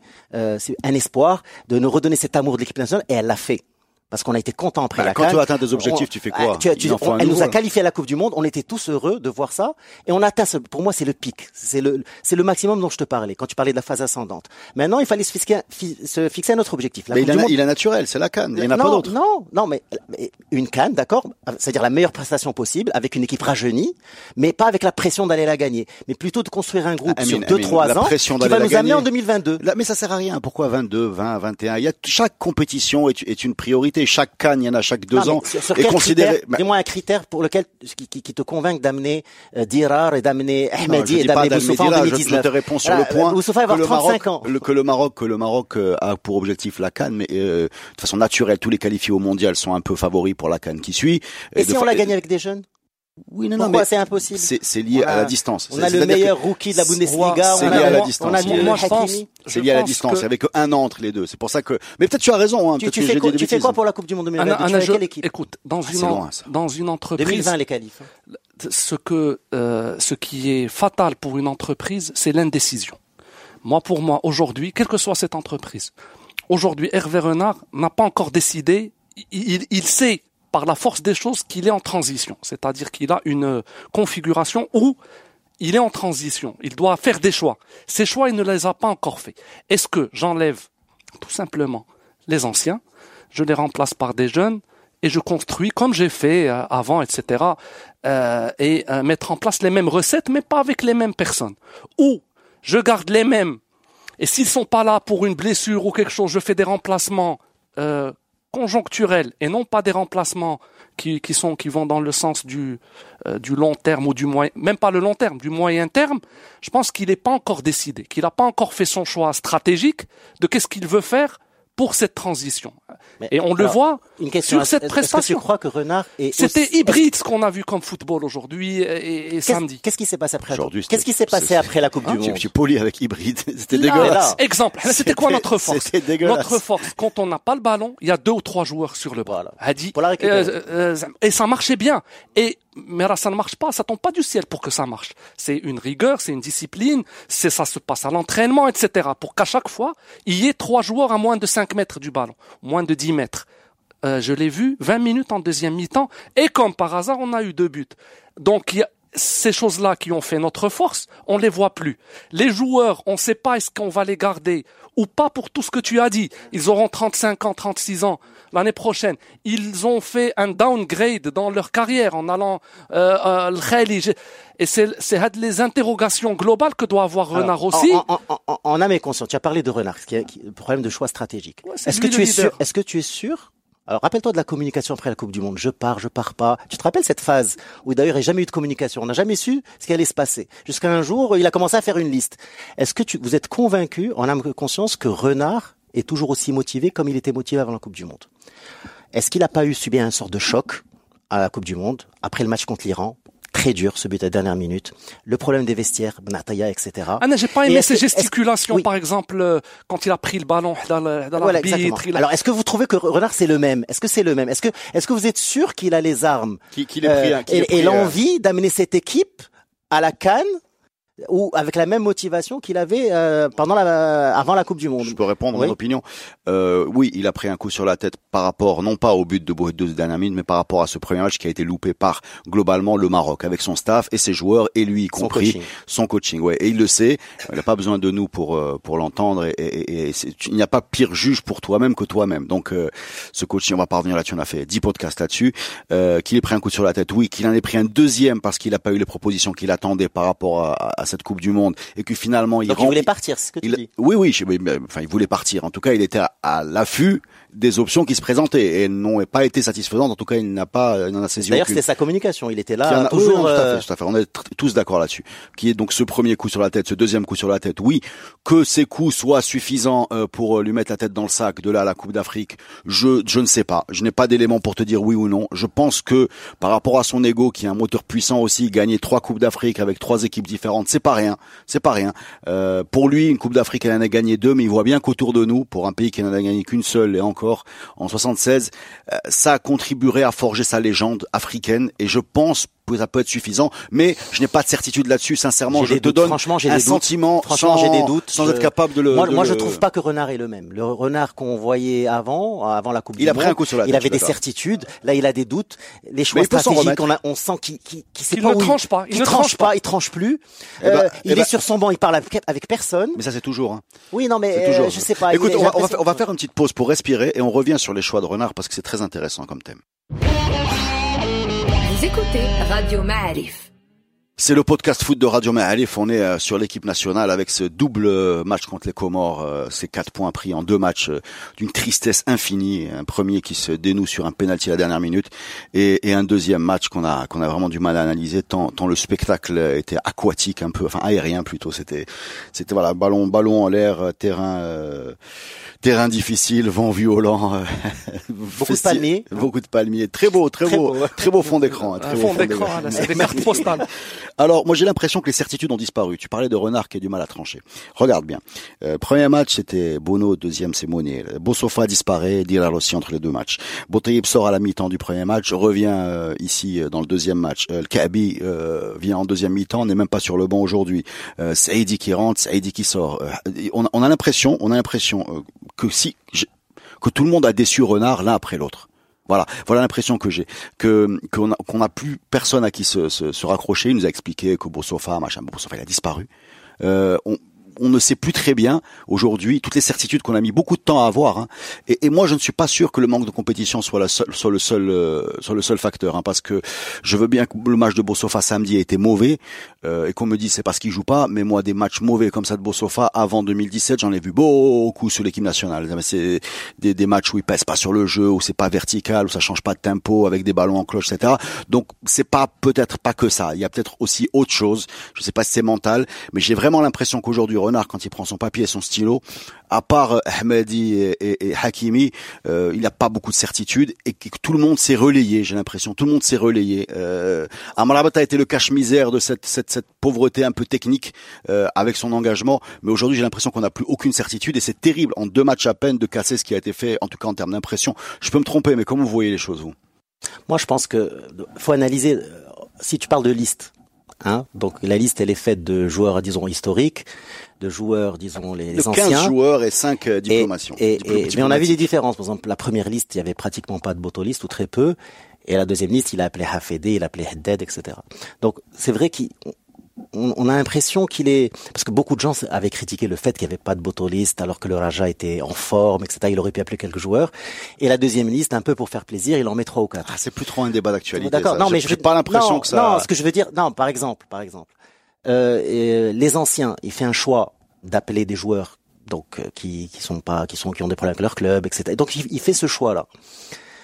G: un espoir, de nous redonner cet amour de l'équipe nationale, et elle l'a fait. Parce qu'on a été content après la CAN.
E: Quand tu atteins tes objectifs, tu fais quoi?
G: Elle nous a qualifié à la Coupe du Monde. On était tous heureux de voir ça. Et on a atteint pour moi, c'est le pic. C'est le maximum dont je te parlais. Quand tu parlais de la phase ascendante. Maintenant, il fallait se fixer un autre objectif.
E: Mais il est naturel, c'est la CAN. Il n'y en a pas d'autre.
G: Non, mais une CAN, d'accord. C'est-à-dire la meilleure prestation possible avec une équipe rajeunie, mais pas avec la pression d'aller la gagner. Mais plutôt de construire un groupe sur 2-3 ans qui va nous amener en 2022.
E: Mais ça sert à rien. Pourquoi 22, 20, 21? Chaque compétition est une priorité. Chaque CAN, il y en a chaque 2 ans.
G: Sur quel critère, dis-moi un critère pour lequel qui te convainc d'amener Dirar et d'amener Ahmadi et d'amener Boussoufa en 2019.
E: Je te réponds sur le point
G: Boussoufa va avoir 35 ans.
E: Que le Maroc a pour objectif la CAN, mais de façon naturelle, tous les qualifiés au mondial sont un peu favoris pour la CAN qui suit.
G: Et si on la gagne avec des jeunes?
E: Oui,
G: Pourquoi c'est impossible?
E: C'est lié à la distance.
G: On a le meilleur rookie de la Bundesliga.
E: C'est lié à la distance.
G: On a du Hakimi.
E: C'est lié à la distance. Il y avait que 1 an entre les deux. C'est pour ça que. Mais peut-être tu as raison. Hein.
G: Tu fais quoi pour la Coupe du Monde 2022? Tu fais quelle équipe?
F: Écoute, dans une entreprise.
G: 2020 les qualifs.
F: Ce qui est fatal pour une entreprise, c'est l'indécision. Pour moi, aujourd'hui, quelle que soit cette entreprise, aujourd'hui, Hervé Renard n'a pas encore décidé. Il sait par la force des choses qu'il est en transition. C'est-à-dire qu'il a une configuration où il est en transition. Il doit faire des choix. Ces choix, il ne les a pas encore faits. Est-ce que j'enlève tout simplement les anciens, je les remplace par des jeunes et je construis comme j'ai fait avant, etc. Et mettre en place les mêmes recettes, mais pas avec les mêmes personnes. Ou je garde les mêmes et s'ils sont pas là pour une blessure ou quelque chose, je fais des remplacements conjoncturels et non pas des remplacements qui vont dans le sens du long terme ou du moyen, même pas le long terme, du moyen terme. Je pense qu'il n'est pas encore décidé, qu'il n'a pas encore fait son choix stratégique de qu'est-ce qu'il veut faire pour cette transition. Et on le voit sur cette prestation.
G: Est-ce que tu crois que Renard
F: c'était hybride ce qu'on a vu comme football aujourd'hui et samedi.
G: Qu'est-ce qui s'est passé après après la Coupe du Monde?
E: Je suis poli avec hybride. C'était dégueulasse.
F: Exemple. C'était quoi notre force?
E: C'était dégueulasse.
F: Notre force, quand on n'a pas le ballon, il y a 2 ou 3 joueurs sur le ballon.
G: Pour la récupérer.
F: Et ça marchait bien. Mais là, ça ne marche pas, ça tombe pas du ciel pour que ça marche. C'est une rigueur, c'est une discipline, ça se passe à l'entraînement, etc. Pour qu'à chaque fois, il y ait 3 joueurs à moins de 5 mètres du ballon, moins de 10 mètres. Je l'ai vu 20 minutes en deuxième mi-temps, et comme par hasard, on a eu 2 buts. Donc, il y a ces choses-là qui ont fait notre force, on les voit plus. Les joueurs, on ne sait pas est-ce qu'on va les garder ou pas pour tout ce que tu as dit. Ils auront 35 ans, 36 ans l'année prochaine. Ils ont fait un downgrade dans leur carrière en allant le Khalid. Et c'est les interrogations globales que doit avoir Renard aussi.
G: En âme et conscience, tu as parlé de Renard, qui est le problème de choix stratégique.
F: Ouais,
G: est-ce que tu es sûr Alors, rappelle-toi de la communication après la Coupe du Monde. Je pars pas. Tu te rappelles cette phase où d'ailleurs il n'y a jamais eu de communication. On n'a jamais su ce qui allait se passer. Jusqu'à un jour, il a commencé à faire une liste. Est-ce que vous êtes convaincu, en âme et conscience, que Renard est toujours aussi motivé comme il était motivé avant la Coupe du Monde? Est-ce qu'il n'a pas subi un sort de choc à la Coupe du Monde, après le match contre l'Iran? Très dur, ce but à la dernière minute. Le problème des vestiaires, Benataya, etc.
F: Ah non, j'ai pas aimé ses gesticulations, par exemple, quand il a pris le ballon dans l'arbitre.
G: Alors, est-ce que vous trouvez que Renard c'est le même? Est-ce que c'est le même? Est-ce que vous êtes sûr qu'il a les armes et l'envie d'amener cette équipe à la CAN ou avec la même motivation qu'il avait avant la Coupe du Monde?
E: Je peux répondre à mon opinion. Oui, il a pris un coup sur la tête par rapport, non pas au but de dernière minute, mais par rapport à ce premier match qui a été loupé par globalement le Maroc, avec son staff et ses joueurs et lui y compris son coaching. Ouais, et il le sait. Il n'a pas besoin de nous pour l'entendre et il n'y a pas pire juge pour toi-même que toi-même. Donc ce coaching, on va pas revenir là-dessus. On a fait 10 podcasts là-dessus. Qu'il ait pris un coup sur la tête, oui. Qu'il en ait pris un deuxième parce qu'il n'a pas eu les propositions qu'il attendait par rapport à cette Coupe du Monde et que finalement
G: il voulait partir, c'est ce que tu dis.
E: Oui, enfin il voulait partir. En tout cas, il était à l'affût des options qui se présentaient et elles n'ont pas été satisfaisantes. En tout cas, il n'en a saisi aucune.
G: D'ailleurs, c'était sa communication. Il était là toujours.
E: Tout à fait. On est tous d'accord là-dessus. Qui est donc ce premier coup sur la tête, ce deuxième coup sur la tête. Oui, que ces coups soient suffisants pour lui mettre la tête dans le sac de là à la Coupe d'Afrique. Je ne sais pas. Je n'ai pas d'éléments pour te dire oui ou non. Je pense que par rapport à son ego, qui est un moteur puissant aussi, gagner 3 Coupes d'Afrique avec 3 équipes différentes, c'est pas rien. Pour lui, une Coupe d'Afrique, elle en a gagné 2, mais il voit bien qu'autour de nous, pour un pays qui n'en a gagné qu'une seule et encore en 76, ça contribuerait à forger sa légende africaine et je pense que ça peut être suffisant, mais je n'ai pas de certitude là-dessus. Sincèrement, je te donne un sentiment
G: j'ai des doutes.
E: Sans être capable de le.
G: Moi, je trouve pas que Renard est le même. Le Renard qu'on voyait avant la Coupe du Monde,
E: pris un coup sur la tête,
G: il avait des certitudes. Là, il a des doutes. Les choix stratégiques, on sent qu'il sait pas où il tranche plus. Il est sur son banc, il parle avec personne.
E: Mais ça, c'est toujours.
G: Oui, non, mais je sais pas.
E: Écoute, on va faire une petite pause pour respirer et on revient sur les choix de Renard parce que c'est très intéressant comme thème.
C: Vous écoutez Radio Ma'arif.
E: C'est le podcast foot de Radio Ma'arif. On est sur l'équipe nationale avec ce double match contre les Comores, ces 4 points pris en 2 matchs d'une tristesse infinie. Un premier qui se dénoue sur un penalty à la dernière minute et un deuxième match qu'on a vraiment du mal à analyser tant le spectacle était aquatique un peu, enfin aérien plutôt. C'était voilà, ballon en l'air, terrain difficile, vent violent,
G: beaucoup de palmiers,
E: très beau fond d'écran.
F: Un fond d'écran, là, c'est des cartes postales.
E: Alors, moi, j'ai l'impression que les certitudes ont disparu. Tu parlais de Renard qui a du mal à trancher. Regarde bien. Premier match, c'était Bono, deuxième, c'est Monnier. Bossofa disparaît, Dirar aussi entre les 2 matchs. Boutayeb sort à la mi-temps du premier match, revient ici dans le deuxième match. Le Kaabi vient en deuxième mi-temps, on n'est même pas sur le banc aujourd'hui. Saïdi qui rentre, Saïdi qui sort. On a l'impression que tout le monde a déçu Renard l'un après l'autre. Voilà l'impression que j'ai, qu'on a plus personne à qui se raccrocher. Il nous a expliqué que Bossofa il a disparu. On ne sait plus très bien aujourd'hui toutes les certitudes qu'on a mis beaucoup de temps à avoir. Hein. Et moi, je ne suis pas sûr que le manque de compétition soit le seul facteur. Hein, parce que je veux bien que le match de Bossofa samedi a été mauvais et qu'on me dise c'est parce qu'il joue pas. Mais moi, des matchs mauvais comme ça de Bossofa avant 2017, j'en ai vu beaucoup sur l'équipe nationale. C'est des matchs où il pèse pas sur le jeu, où c'est pas vertical, où ça change pas de tempo avec des ballons en cloche, etc. Donc c'est peut-être pas que ça. Il y a peut-être aussi autre chose. Je sais pas si c'est mental, mais j'ai vraiment l'impression qu'aujourd'hui Renard, quand il prend son papier et son stylo, à part Ahmadi et Hakimi, il n'a pas beaucoup de certitude et que tout le monde s'est relayé, j'ai l'impression. Tout le monde s'est relayé. Amrabat a été le cache-misère de cette pauvreté un peu technique avec son engagement, mais aujourd'hui j'ai l'impression qu'on n'a plus aucune certitude et c'est terrible en 2 matchs à peine de casser ce qui a été fait, en tout cas en termes d'impression. Je peux me tromper, mais comment vous voyez les choses, vous?
G: Moi, je pense que faut analyser. Si tu parles de liste. Donc la liste elle est faite de joueurs disons historiques, de joueurs disons les anciens.
E: 15 joueurs et 5 diplomations.
G: Mais on a vu des différences. Par exemple, la première liste, il y avait pratiquement pas de botoliste ou très peu, et la deuxième liste, il a appelé Hafedé, il a appelé Haddad, etc. Donc c'est vrai qu'on a l'impression qu'il est, parce que beaucoup de gens avaient critiqué le fait qu'il n'y avait pas de botoliste alors que le Raja était en forme, etc. Il aurait pu appeler quelques joueurs. Et la deuxième liste, un peu pour faire plaisir, il en met 3 ou 4.
E: Ah, c'est plus trop un débat d'actualité.
G: D'accord.
E: Ça.
G: Non, mais
E: j'ai pas l'impression que ça.
G: Non, ce que je veux dire, par exemple, les anciens, il fait un choix d'appeler des joueurs donc qui ont des problèmes avec leur club, etc. Donc il fait ce choix-là.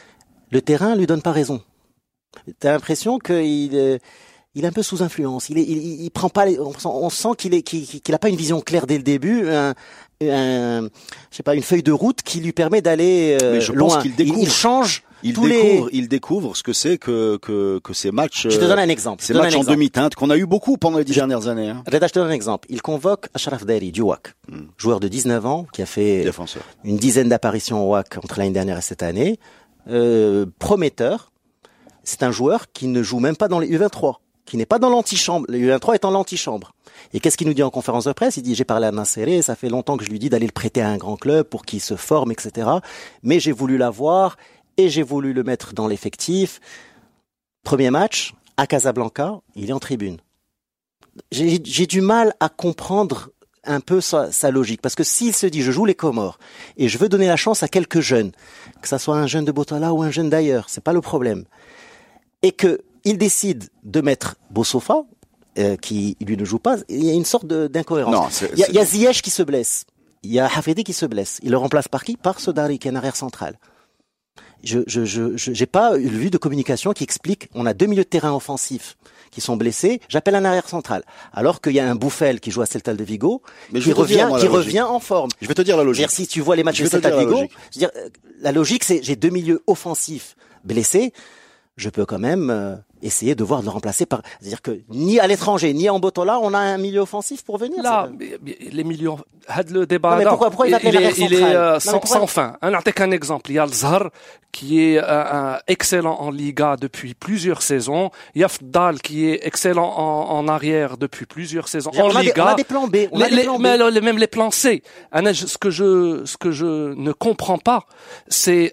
G: le terrain lui donne pas raison. T'as l'impression qu'il il est un peu sous influence. Il prend pas. On sent qu'il a pas une vision claire dès le début. Je sais pas, une feuille de route qui lui permet d'aller loin.
E: Pense qu'il découvre.
G: Il change.
E: Il découvre ce que c'est que ces matchs.
G: Je te donne un exemple.
E: Ces matchs en demi-teinte qu'on a eu beaucoup pendant les 10 dernières années. Hein.
G: Reda, je te donne un exemple. Il convoque Ashraf Dari du WAC, joueur de 19 ans qui a fait une dizaine d'apparitions au WAC entre l'année dernière et cette année. Prometteur. C'est un joueur qui ne joue même pas dans les U23, qui n'est pas dans l'antichambre. Le U23 est en l'antichambre. Et qu'est-ce qu'il nous dit en conférence de presse? Il dit, j'ai parlé à Nasseré, ça fait longtemps que je lui dis d'aller le prêter à un grand club pour qu'il se forme, etc. Mais j'ai voulu l'avoir et j'ai voulu le mettre dans l'effectif. Premier match, à Casablanca, il est en tribune. J'ai du mal à comprendre un peu sa logique. Parce que s'il se dit, je joue les Comores et je veux donner la chance à quelques jeunes, que ça soit un jeune de Botola ou un jeune d'ailleurs, c'est pas le problème. Et que il décide de mettre Bossofa, qui lui ne joue pas, il y a une sorte d'incohérence. Il y a Ziyech qui se blesse, il y a Hafidi qui se blesse. Il le remplace par qui? Par Sodari, qui est un arrière central. J'ai pas vu de communication qui explique. On a 2 milieux de terrain offensifs qui sont blessés. J'appelle un arrière central, alors qu'il y a un Bouffel qui joue à Celta de Vigo, qui revient en forme.
E: Je vais te dire la logique.
G: Si tu vois les matchs de Celta de Vigo, la logique, c'est j'ai 2 milieux offensifs blessés. Je peux quand même essayer de voir de le remplacer par... C'est-à-dire que ni à l'étranger, ni en Botola, on a un milieu offensif pour venir.
F: Là, les milieux... Le débat,
G: mais pourquoi il
F: est sans fin. On a un exemple. Il y a le Zahar, qui est excellent en Liga depuis plusieurs saisons. Il y a Fdal, qui est excellent en arrière depuis plusieurs saisons en Liga.
G: On a des plans B.
F: Mais même les plans C. Ce que je ne comprends pas, c'est...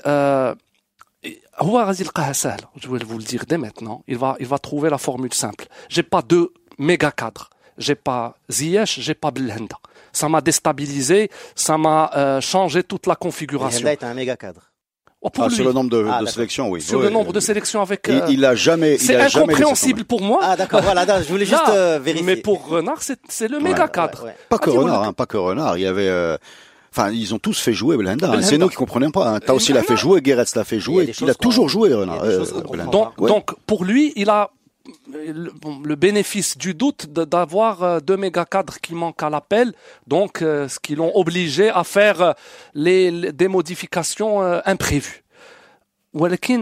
F: je vais vous le dire dès maintenant, il va trouver la formule simple. J'ai pas 2 méga cadres. J'ai pas Ziyech, j'ai pas Belhanda. Ça m'a déstabilisé, ça m'a changé toute la configuration.
G: Belhanda est un méga cadre.
E: Sur le nombre de sélections, oui.
F: Sur le nombre de sélections avec...
E: Il a jamais...
F: C'est incompréhensible pour moi.
G: Ah d'accord, voilà, je voulais juste vérifier.
F: Mais pour Renard, c'est le méga cadre.
G: Ouais.
E: Pas que Renard, il y avait... Enfin, ils ont tous fait jouer Belhanda. C'est nous qui comprenons pas. T'as aussi l'a fait jouer, Guéretz l'a fait jouer. Il a toujours joué, Renard.
F: Donc, pour lui, il a le bénéfice du doute d'avoir 2 méga cadres qui manquent à l'appel. Donc, ce qui l'ont obligé à faire des modifications imprévues. Walakin,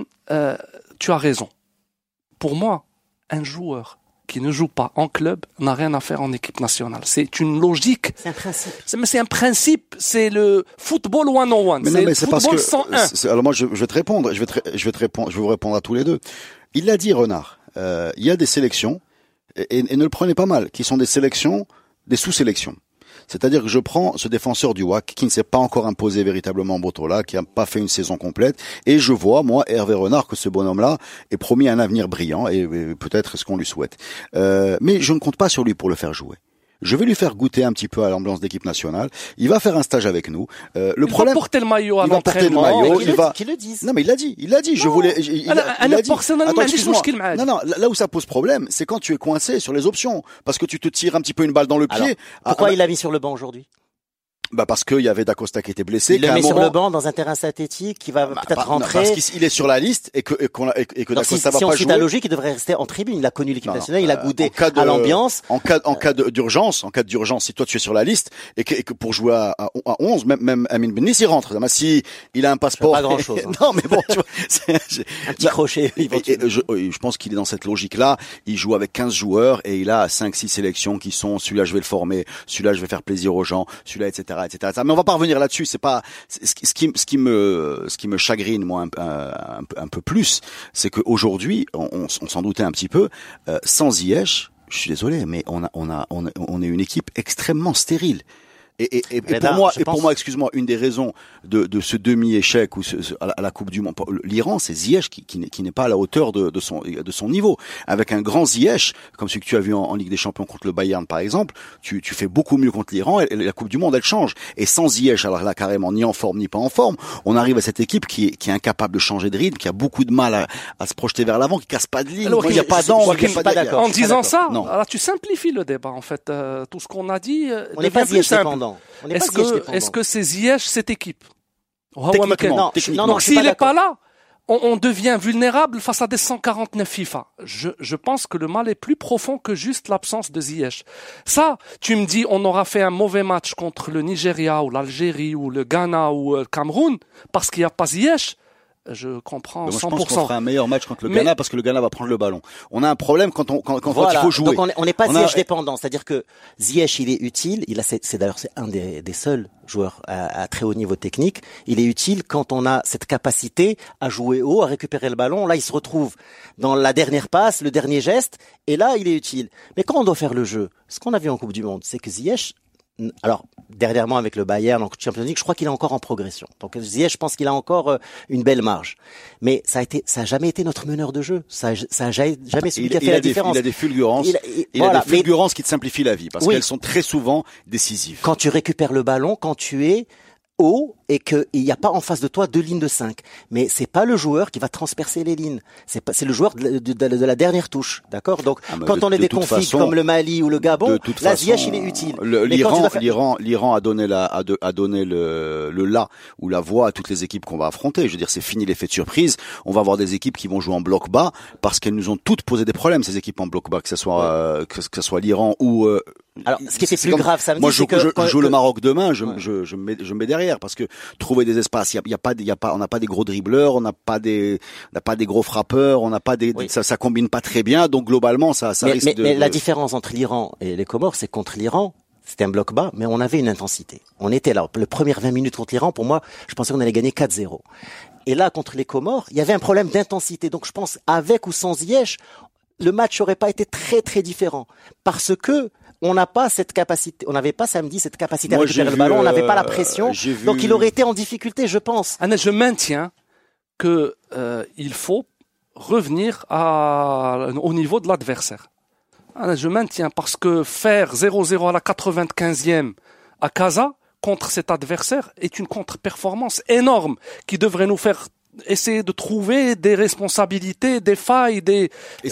F: tu as raison. Pour moi, un joueur qui ne joue pas en club n'a rien à faire en équipe nationale. C'est une logique.
G: C'est un principe.
F: C'est un principe. C'est le football 101.
E: Mais
F: c'est
E: non, mais
F: le
E: c'est
F: football
E: parce que
F: 101.
E: Alors moi, je vais te répondre. Je vais vous répondre à tous les deux. Il l'a dit, Renard. Il y a des sélections et ne le prenez pas mal, qui sont des sélections, des sous-sélections. C'est-à-dire que je prends ce défenseur du WAC qui ne s'est pas encore imposé véritablement en Botola, qui n'a pas fait une saison complète, et je vois, moi, Hervé Renard, que ce bonhomme-là est promis un avenir brillant, et peut-être ce qu'on lui souhaite. Mais je ne compte pas sur lui pour le faire jouer. Je vais lui faire goûter un petit peu à l'ambiance d'équipe nationale. Il va faire un stage avec nous.
F: Il va porter le maillot à l'entraînement.
G: Qu'il le dise.
E: Non, mais il l'a dit. Je voulais. Il a dit. Attends, non. Là où ça pose problème, c'est quand tu es coincé sur les options, parce que tu te tires un petit peu une balle dans le pied.
G: Alors, pourquoi il l'a mis sur le banc aujourd'hui?
E: Parce qu'il y avait Dacosta qui était blessé.
G: Il le met sur le banc dans un terrain synthétique qui va peut-être rentrer.
E: Parce qu'il est sur la liste et que Dacosta va pas jouer.
G: Si on suit ta logique, il devrait rester en tribune. Il a connu l'équipe nationale, il a goûté à l'ambiance.
E: En cas d'urgence, si toi tu es sur la liste et que pour jouer à 11, même Amin Benis il rentre. Si il a un passeport.
G: Pas grand chose.
E: Non, mais bon, tu vois.
G: Un petit crochet.
E: Je pense qu'il est dans cette logique-là. Il joue avec 15 joueurs et il a 5-6 sélections qui sont celui-là je vais le former, celui-là je vais faire plaisir aux gens, celui-là etc. Mais on va pas revenir là-dessus. C'est pas ce qui me chagrine moi un peu plus, c'est qu'aujourd'hui on s'en doutait un petit peu. Sans Ziyech, je suis désolé, mais on est une équipe extrêmement stérile. Et pour moi, excuse-moi, une des raisons de ce demi-échec ou à la Coupe du Monde, l'Iran, c'est Ziyech qui n'est pas à la hauteur de son niveau. Avec un grand Ziyech, comme celui que tu as vu en Ligue des Champions contre le Bayern par exemple, tu fais beaucoup mieux contre l'Iran et la Coupe du Monde elle change. Et sans Ziyech, alors là carrément ni en forme ni pas en forme, on arrive à cette équipe qui est incapable de changer de rythme, qui a beaucoup de mal à se projeter vers l'avant, qui casse pas de ligne.
F: Alors,
E: il n'y a pas d'angle.
F: En disant ça, alors tu simplifies le débat en fait. Tout ce qu'on a dit,
G: on n'est pas Ziyech dépendant.
F: Est-ce que c'est Ziyech cette équipe?
E: Techniquement.
F: Donc s'il n'est pas là, on devient vulnérable face à des 149 FIFA. Je pense que le mal est plus profond que juste l'absence de Ziyech. Ça, tu me dis, on aura fait un mauvais match contre le Nigeria ou l'Algérie ou le Ghana ou le Cameroun parce qu'il n'y a pas Ziyech. Je comprends 100%.
E: Moi, je pense qu'on fera un meilleur match contre le Ghana parce que le Ghana va prendre le ballon. On a un problème quand il faut jouer.
G: Donc on n'est pas Ziyech dépendant. C'est-à-dire que Ziyech, il est utile. C'est d'ailleurs un des seuls joueurs à très haut niveau technique. Il est utile quand on a cette capacité à jouer haut, à récupérer le ballon. Là, il se retrouve dans la dernière passe, le dernier geste. Et là, il est utile. Mais quand on doit faire le jeu, ce qu'on a vu en Coupe du Monde, c'est que Ziyech, alors, dernièrement avec le Bayern en Champions League, je crois qu'il est encore en progression. Donc, Ziyech, je pense qu'il a encore une belle marge. Mais ça a jamais été notre meneur de jeu. Ça a jamais celui qui a fait la différence.
E: Il a des fulgurances. Il a des fulgurances qui te simplifient la vie parce qu'elles sont très souvent décisives.
G: Quand tu récupères le ballon, quand tu es haut et qu'il n'y a pas en face de toi 2 lignes de 5. Mais c'est pas le joueur qui va transpercer les lignes. C'est le joueur de la dernière touche. D'accord? Donc, quand on est des configs comme le Mali ou le Gabon, là, Ziyech, il est utile.
E: L'Iran a donné le là ou la voix à toutes les équipes qu'on va affronter. Je veux dire, c'est fini l'effet de surprise. On va avoir des équipes qui vont jouer en bloc bas parce qu'elles nous ont toutes posé des problèmes, ces équipes en bloc bas, que ce soit l'Iran ou,
G: alors, ce qui était plus grave samedi,
E: moi, je joue le Maroc demain, je me mets derrière parce que trouver des espaces, on n'a pas des gros dribbleurs, on n'a pas des gros frappeurs, on n'a pas ça combine pas très bien, donc globalement, ça risque de.
G: Mais la différence entre l'Iran et les Comores, c'est que contre l'Iran, c'était un bloc bas, mais on avait une intensité. On était là. Les premières 20 minutes contre l'Iran, pour moi, je pensais qu'on allait gagner 4-0. Et là, contre les Comores, il y avait un problème d'intensité. Donc, je pense, avec ou sans Ziyech, le match aurait pas été très, très différent. Parce que, on n'a pas cette capacité, on n'avait pas samedi cette capacité à récupérer le ballon, on n'avait pas la pression, donc il aurait été en difficulté, je pense.
F: Anna, je maintiens que il faut revenir au niveau de l'adversaire. Anna, je maintiens parce que faire 0-0 à la 95e à Casa contre cet adversaire est une contre-performance énorme qui devrait nous faire essayer de trouver des responsabilités, des failles, des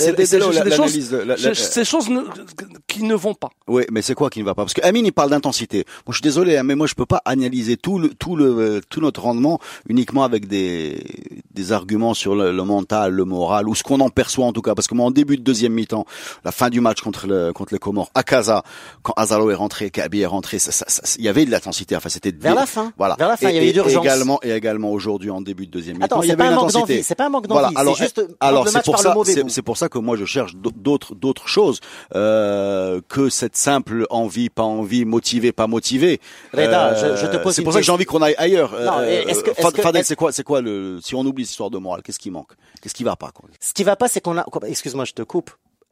F: choses qui ne vont pas.
E: Oui, mais c'est quoi qui ne va pas? Parce que Amine, il parle d'intensité. Moi, je suis désolé, mais moi, je peux pas analyser tout notre rendement uniquement avec des arguments sur le mental, le moral, ou ce qu'on en perçoit en tout cas. Parce que moi, en début de deuxième mi-temps, la fin du match contre les Comores, à Casa, quand Azalo est rentré, Kabi est rentré, il y avait de l'intensité. Enfin, c'était
G: vers la fin.
E: Voilà.
G: Vers la fin, il y avait d'urgence.
E: Également aujourd'hui en début de deuxième mi-temps.
G: C'est pas un manque d'envie, c'est pas un manque d'envie,
E: voilà.
G: c'est juste le match par le mauvais bout.
E: C'est pour ça que moi je cherche d'autres choses que cette simple envie, pas envie, motivé, pas motivé.
G: Reda, je te pose
E: c'est pour ça que j'ai envie qu'on aille ailleurs.
G: Fadel,
E: c'est quoi si on oublie cette histoire de morale, qu'est-ce qui manque? Qu'est-ce qui va pas, quoi?
G: Ce qui va pas, c'est qu'on a, excuse-moi, je te coupe.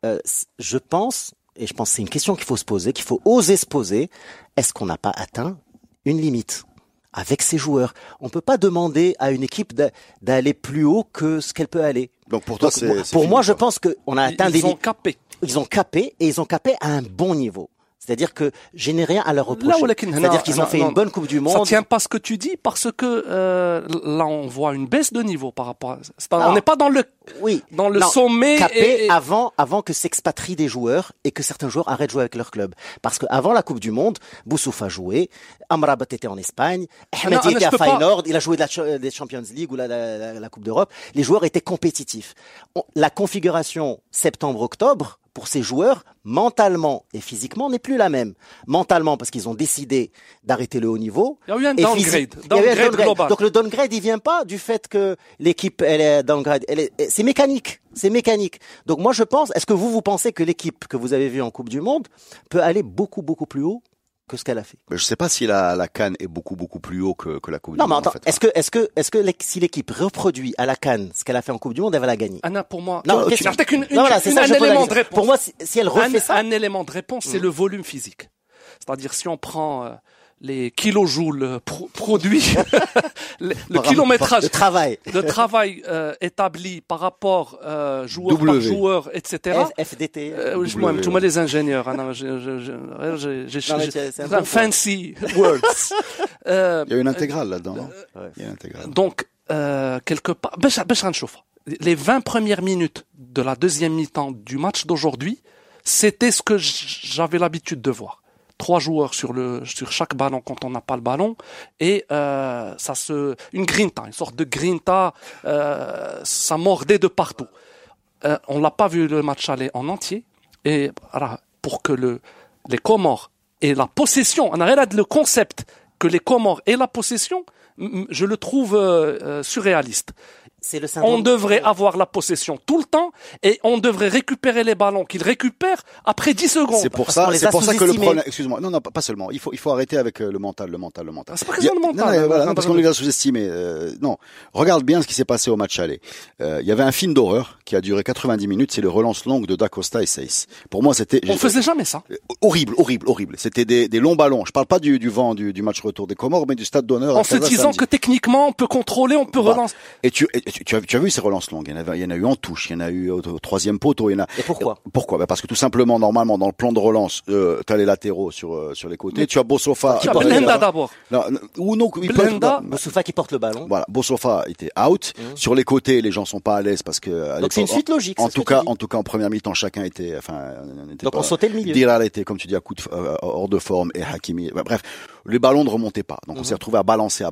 G: Je pense que c'est une question qu'il faut se poser, qu'il faut oser se poser. Est-ce qu'on n'a pas atteint une limite? Avec ses joueurs, on peut pas demander à une équipe d'aller plus haut que ce qu'elle peut aller.
E: Donc pour toi,
G: pour moi, je pense qu'on a atteint
F: Ils ont capé.
G: Ils ont capé et ils ont capé à un bon niveau. C'est-à-dire que je n'ai rien à leur reprocher. C'est-à-dire qu'ils ont fait une bonne Coupe du Monde.
F: Ça tient pas ce que tu dis parce que là on voit une baisse de niveau par rapport on n'est pas dans le sommet
G: capé avant que s'expatrient des joueurs et que certains joueurs arrêtent de jouer avec leur club. Parce que avant la Coupe du Monde, Boussouf a joué, Amrabat était en Espagne, Ahmedi était à Feyenoord, il a joué des Champions League ou la Coupe d'Europe. Les joueurs étaient compétitifs. La configuration septembre-octobre pour ces joueurs, mentalement et physiquement, n'est plus la même. Mentalement, parce qu'ils ont décidé d'arrêter le haut niveau.
F: Il y a eu un downgrade global.
G: Donc le downgrade, il vient pas du fait que l'équipe, elle est downgrade. C'est mécanique. C'est mécanique. Donc moi, je pense, est-ce que vous pensez que l'équipe que vous avez vue en Coupe du Monde peut aller beaucoup, beaucoup plus haut que ce qu'elle a fait?
E: Mais je sais pas si la CAN est beaucoup plus haut que la Coupe du Monde.
G: Non, mais attends,
E: en fait.
G: si l'équipe reproduit à la CAN ce qu'elle a fait en Coupe du Monde, elle va la gagner?
F: Anna, pour moi,
G: un
F: élément de réponse.
G: Pour moi, si elle refait ça.
F: Un élément de réponse, c'est le volume physique. C'est-à-dire, si on prend les kilojoules produits, le kilométrage de travail établi par rapport joueur par joueur, etc.
G: FDT.
F: Moi, tous les ingénieurs, j'ai fancy words.
E: Il y a une intégrale là-dedans. Il y a une intégrale.
F: Donc quelque part, les 20 premières minutes de la deuxième mi-temps du match d'aujourd'hui, c'était ce que j'avais l'habitude de voir. 3 joueurs sur chaque ballon quand on n'a pas le ballon, et une grinta, une sorte de grinta, ça mordait de partout. On l'a pas vu le match aller en entier, et voilà, pour que les Comores aient la possession, on arrête le concept que les Comores aient la possession, je le trouve surréaliste.
G: C'est le syndrome.
F: On devrait avoir la possession tout le temps et on devrait récupérer les ballons qu'ils récupèrent après 10 secondes.
E: C'est pour ça que le problème, excuse-moi, non, pas seulement. Il faut arrêter avec le mental.
F: C'est pas question de mental.
E: Non, parce qu'on les a sous-estimés. Non. Regarde bien ce qui s'est passé au match aller. Il y avait un film d'horreur qui a duré 90 minutes, c'est le relance longue de Da Costa et Seyss. Pour moi,
F: on faisait jamais ça.
E: Horrible. C'était des longs ballons. Je parle pas du vent du match retour des Comores, mais du stade d'honneur.
F: En se disant que techniquement, on peut contrôler, on peut relancer.
E: Et tu as vu ces relances longues. Il y en a eu en touche, il y en a eu au troisième poteau. Et
G: pourquoi?
E: Parce que tout simplement, normalement, dans le plan de relance, t'as les latéraux sur les côtés. Tu as Bossofa.
F: Belhanda d'abord.
G: Bossofa qui porte le ballon.
E: Voilà. Bossofa était out. Sur les côtés, les gens sont pas à l'aise parce que,
G: donc c'est une suite logique.
E: En tout cas, en première mi-temps, chacun était,
G: donc on sautait le milieu.
E: Dirar était, comme tu dis, hors de forme et Hakimi. Bref. Les ballons ne remontaient pas. Donc on s'est retrouvé à balancer.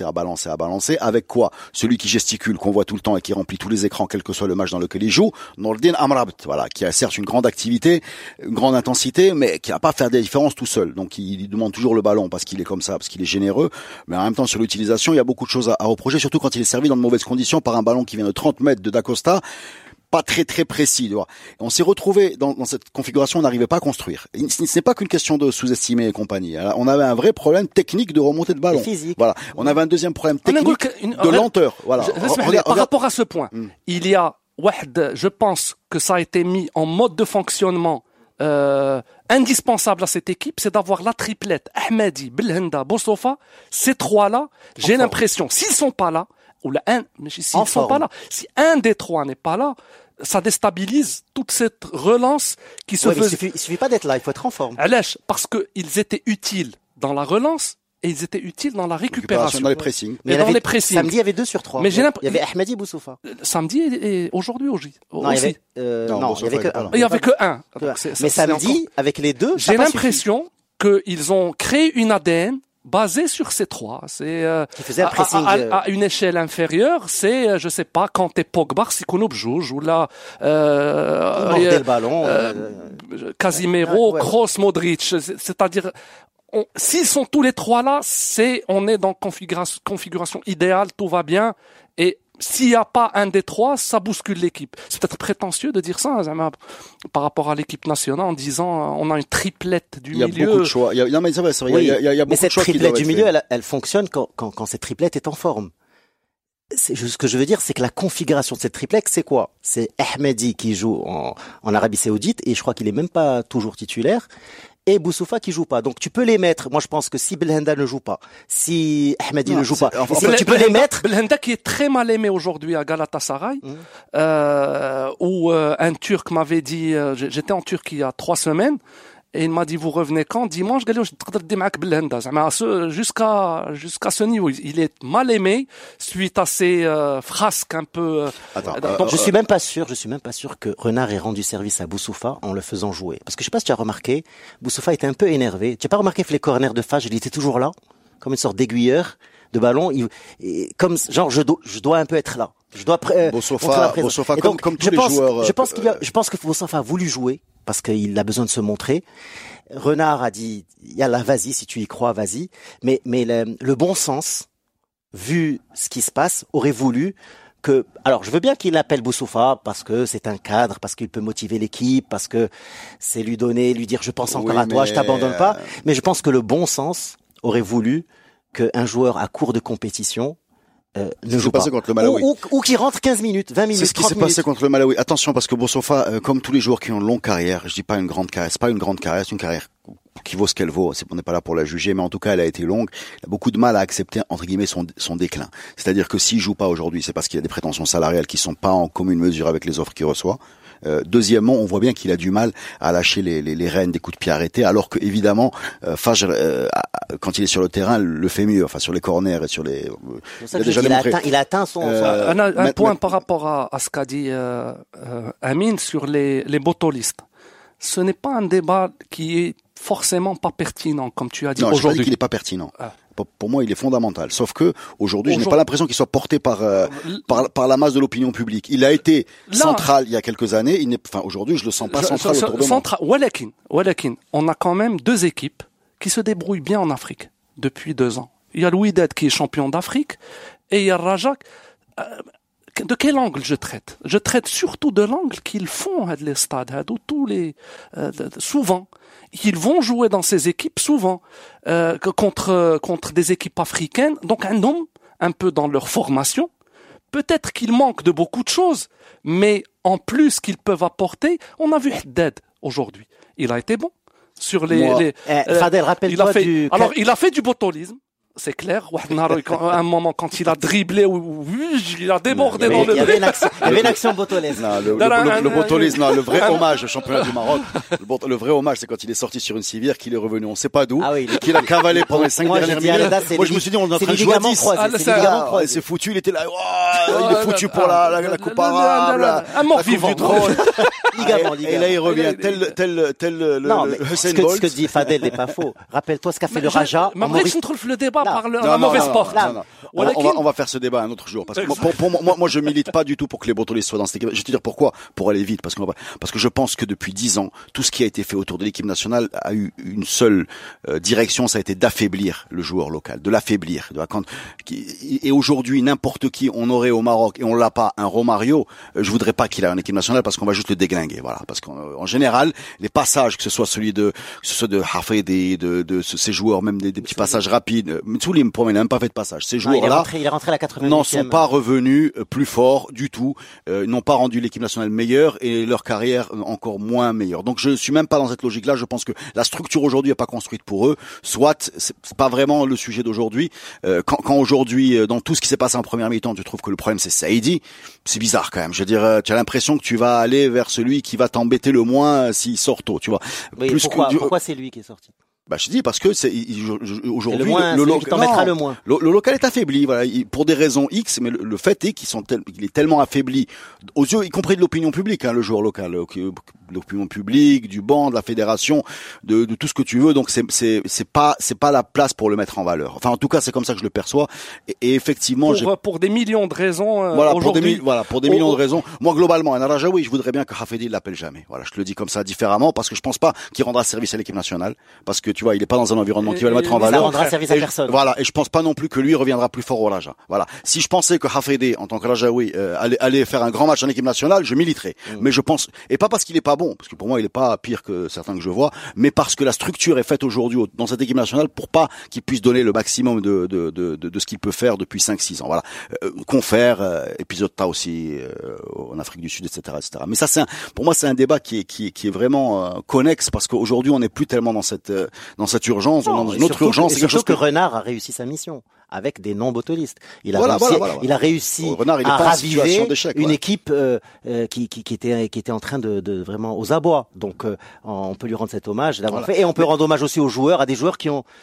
E: Avec quoi? Celui qui gesticule, qu'on voit tout le temps et qui remplit tous les écrans, quel que soit le match dans lequel il joue, Nordin Amrabat, voilà, qui a certes une grande activité, une grande intensité, mais qui n'a pas à faire des différences tout seul. Donc il demande toujours le ballon parce qu'il est comme ça, parce qu'il est généreux. Mais en même temps, sur l'utilisation, il y a beaucoup de choses à reprocher, surtout quand il est servi dans de mauvaises conditions par un ballon qui vient de 30 mètres de Da Costa. Pas très précis. On s'est retrouvé dans cette configuration, on n'arrivait pas à construire. Ce n'est pas qu'une question de sous-estimer et compagnie. On avait un vrai problème technique de remontée de ballon.
G: Physique.
E: Voilà. On avait un deuxième problème technique de lenteur. Voilà.
F: Par rapport à ce point, il y a, je pense que ça a été mis en mode de fonctionnement indispensable à cette équipe, c'est d'avoir la triplette Ahmadi, Belhanda, Bossofa. Ces trois-là, j'ai l'impression, s'ils sont pas là, si un des trois n'est pas là, ça déstabilise toute cette relance qui se faisait.
G: Il suffit pas d'être là, il faut être en forme.
F: Parce que ils étaient utiles dans la relance et ils étaient utiles dans la récupération.
E: Dans les pressings.
F: Les pressings.
G: Samedi, il y avait 2 sur 3.
F: Mais
G: il y avait Ahmadi Boussoufa.
F: Samedi et aujourd'hui aussi.
G: Non, il y avait que 1.
F: Il y avait que 1.
G: Mais samedi, avec les deux,
F: j'ai l'impression qu'ils ont créé une ADN basé sur ces trois. C'est
G: qui faisait un pressing
F: à une échelle inférieure, c'est je sais pas quand t'es Pogba, si qu'on bjouj ou là
G: le ballon
F: Casimiro, Kroos, Modric, c'est-à-dire s'ils sont tous les trois là, on est dans configuration idéale, tout va bien, et s'il n'y a pas un des trois, ça bouscule l'équipe. C'est peut-être prétentieux de dire ça, par rapport à l'équipe nationale, en disant on a une triplette du milieu.
E: Il y a beaucoup de choix. Non, mais c'est vrai, il y a beaucoup de choix.
G: Mais cette triplette du milieu, elle fonctionne quand cette triplette est en forme. Ce que je veux dire, c'est que la configuration de cette triplette, c'est quoi? C'est Ahmadi qui joue en Arabie Saoudite, et je crois qu'il est même pas toujours titulaire. Et Boussoufa qui joue pas. Donc tu peux les mettre. Moi je pense que si Belhanda ne joue pas, si Ahmadi ne joue pas, tu peux les mettre.
F: Belhanda qui est très mal aimé aujourd'hui à Galatasaray, où un Turc m'avait dit, j'étais en Turquie il y a 3 semaines, et il m'a dit vous revenez quand? Dimanche. Jusqu'à ce niveau, il est mal aimé suite à ces frasques un peu.
G: Donc je suis même pas sûr que Renard ait rendu service à Boussoufa en le faisant jouer. Parce que je sais pas si tu as remarqué, Boussoufa était un peu énervé. Tu as pas remarqué que les corners de Fage, il était toujours là, comme une sorte d'aiguilleur de ballon. Comme genre je dois un peu être là. Je dois
E: Bossofa comme tous les joueurs.
G: Je pense que Bossofa a voulu jouer parce qu'il a besoin de se montrer. Renard a dit yallah, vas-y, si tu y crois, vas-y. Mais le bon sens, vu ce qui se passe, aurait voulu que, alors je veux bien qu'il appelle Boussoufa parce que c'est un cadre, parce qu'il peut motiver l'équipe, parce que c'est lui dire je pense encore à toi, je t'abandonne pas. Mais je pense que le bon sens aurait voulu qu'un joueur à court de compétition ne joue pas.
E: Contre le Malawi.
G: Ou qui rentre 15 minutes, 20 minutes, 30 minutes.
E: C'est ce qui s'est passé contre le Malawi. Attention, parce que Bossofa, comme tous les joueurs qui ont une longue carrière, je dis pas une grande carrière, c'est pas une grande carrière, c'est une carrière qui vaut ce qu'elle vaut. On n'est pas là pour la juger, mais en tout cas, elle a été longue. Il a beaucoup de mal à accepter, entre guillemets, son déclin. C'est-à-dire que s'il joue pas aujourd'hui, c'est parce qu'il a des prétentions salariales qui sont pas en commune mesure avec les offres qu'il reçoit. Deuxièmement, on voit bien qu'il a du mal à lâcher les rênes des coups de pied arrêtés, alors que évidemment, Fajr, quand il est sur le terrain, le fait mieux. Enfin, sur les corners et sur les.
G: Il a atteint son.
F: Un point par rapport à ce qu'a dit Amine sur les botolistes. Ce n'est pas un débat qui est forcément pas pertinent, comme tu as dit
E: Non, je dis
F: aujourd'hui.
E: qu'il est pas pertinent.
F: Ah.
E: Pour moi, il est fondamental. Sauf que aujourd'hui, je n'ai pas l'impression qu'il soit porté par la masse de l'opinion publique. Il a été central il y a quelques années. Aujourd'hui, je le sens pas central autour de moi.
F: Walakin, on a quand même deux équipes qui se débrouillent bien en Afrique depuis 2 ans. Il y a le Wydad qui est champion d'Afrique et il y a le Raja. De quel angle je traite? Je traite surtout de l'angle qu'ils font à les stades, souvent. Ils vont jouer dans ces équipes souvent contre des équipes africaines. Donc un homme un peu dans leur formation. Peut-être qu'ils manquent de beaucoup de choses, mais en plus qu'ils peuvent apporter, on a vu Haddad aujourd'hui. Il a été bon sur
G: Fadel, rappelle-toi
F: il a fait du botolisme. C'est clair. À un moment, quand il a dribblé, il a débordé dans le
G: Il y avait une action botolaise.
E: Le botolisme, le vrai hommage au championnat du Maroc. Le vrai hommage, c'est quand il est sorti sur une civière, qu'il est revenu, on sait pas d'où, qu'il a cavalé pendant les 5 dernières minutes. Moi, je me suis dit, on est en train de jouer à 10. C'est foutu, il était là, il est foutu pour la Coupe arabe,
F: un mort vivant.
E: Et là, il revient, tel le Hussein Bolt.
G: Ce que dit Fadel n'est pas faux. Rappelle-toi ce qu'a fait le Raja.
F: Mais après, je trouve le débat par la mauvaise porte.
E: On va faire ce débat un autre jour. Parce que pour moi, je milite pas du tout pour que les botolistes soient dans cette équipe. Je vais te dire pourquoi. Pour aller vite. Parce que je pense que depuis 10 ans, tout ce qui a été fait autour de l'équipe nationale a eu une seule direction, ça a été d'affaiblir le joueur local, de l'affaiblir. Et aujourd'hui, n'importe qui on aurait au Maroc et on l'a pas, un Romario, je voudrais pas qu'il ait une équipe nationale parce qu'on va juste le déglinguer. Voilà. Parce qu'en général, les passages, que ce soit de Hafid, de ces joueurs, même des petits passages rapides, Mitsoulim, pour moi, il n'a même pas fait de passage. Ces joueurs-là
G: il est rentré à la 80e.
E: n'en sont pas revenus plus forts du tout, n'ont pas rendu l'équipe nationale meilleure et leur carrière encore moins meilleure. Donc je suis même pas dans cette logique-là. Je pense que la structure aujourd'hui n'est pas construite pour eux. Soit c'est pas vraiment le sujet d'aujourd'hui. Quand aujourd'hui, dans tout ce qui s'est passé en première mi-temps, tu trouves que le problème c'est Saïdi, c'est bizarre quand même. Je veux dire, tu as l'impression que tu vas aller vers celui qui va t'embêter le moins s'il sort tôt, tu vois.
G: Oui, pourquoi c'est lui qui est sorti?
E: Je dis parce que aujourd'hui
G: qui t'en mettra le moins.
E: Le local est affaibli, voilà, pour des raisons X, mais le fait est qu'il est tellement affaibli aux yeux, y compris de l'opinion publique, le joueur local, l'opinion publique, du banc, de la fédération, de tout ce que tu veux. Donc c'est pas la place pour le mettre en valeur. Enfin, en tout cas, c'est comme ça que je le perçois. Et effectivement,
F: pour des millions de raisons.
E: Pour des millions de raisons. Moi, globalement, un Rajaoui, je voudrais bien que Hafidi l'appelle jamais. Voilà, je te le dis comme ça différemment parce que je pense pas qu'il rendra service à l'équipe nationale, parce que tu vois, il est pas dans un environnement qui va le mettre en valeur.
G: Ça rendra service à personne.
E: Voilà, et je pense pas non plus que lui reviendra plus fort au Raja. Voilà. Si je pensais que Hafidi, en tant que Rajaoui, allait faire un grand match en équipe nationale, je militerais. Mais je pense, et pas parce qu'il est pas bon, parce que pour moi il est pas pire que certains que je vois, mais parce que la structure est faite aujourd'hui dans cette équipe nationale pour pas qu'il puisse donner le maximum de ce qu'il peut faire depuis 5-6 ans. Voilà. Confère, épisode Ta aussi, en Afrique du Sud, etc., etc. Mais ça, pour moi, c'est un débat qui est vraiment connexe, parce qu'aujourd'hui on n'est plus tellement dans cette urgence, on est dans une autre urgence.
G: C'est quelque chose que Renard a réussi sa mission avec des non-botolistes. Il a réussi à raviver une équipe qui était en train de vraiment aux abois. Donc on peut lui rendre cet hommage d'avoir fait, et on peut rendre hommage aussi aux joueurs, à des joueurs qui ont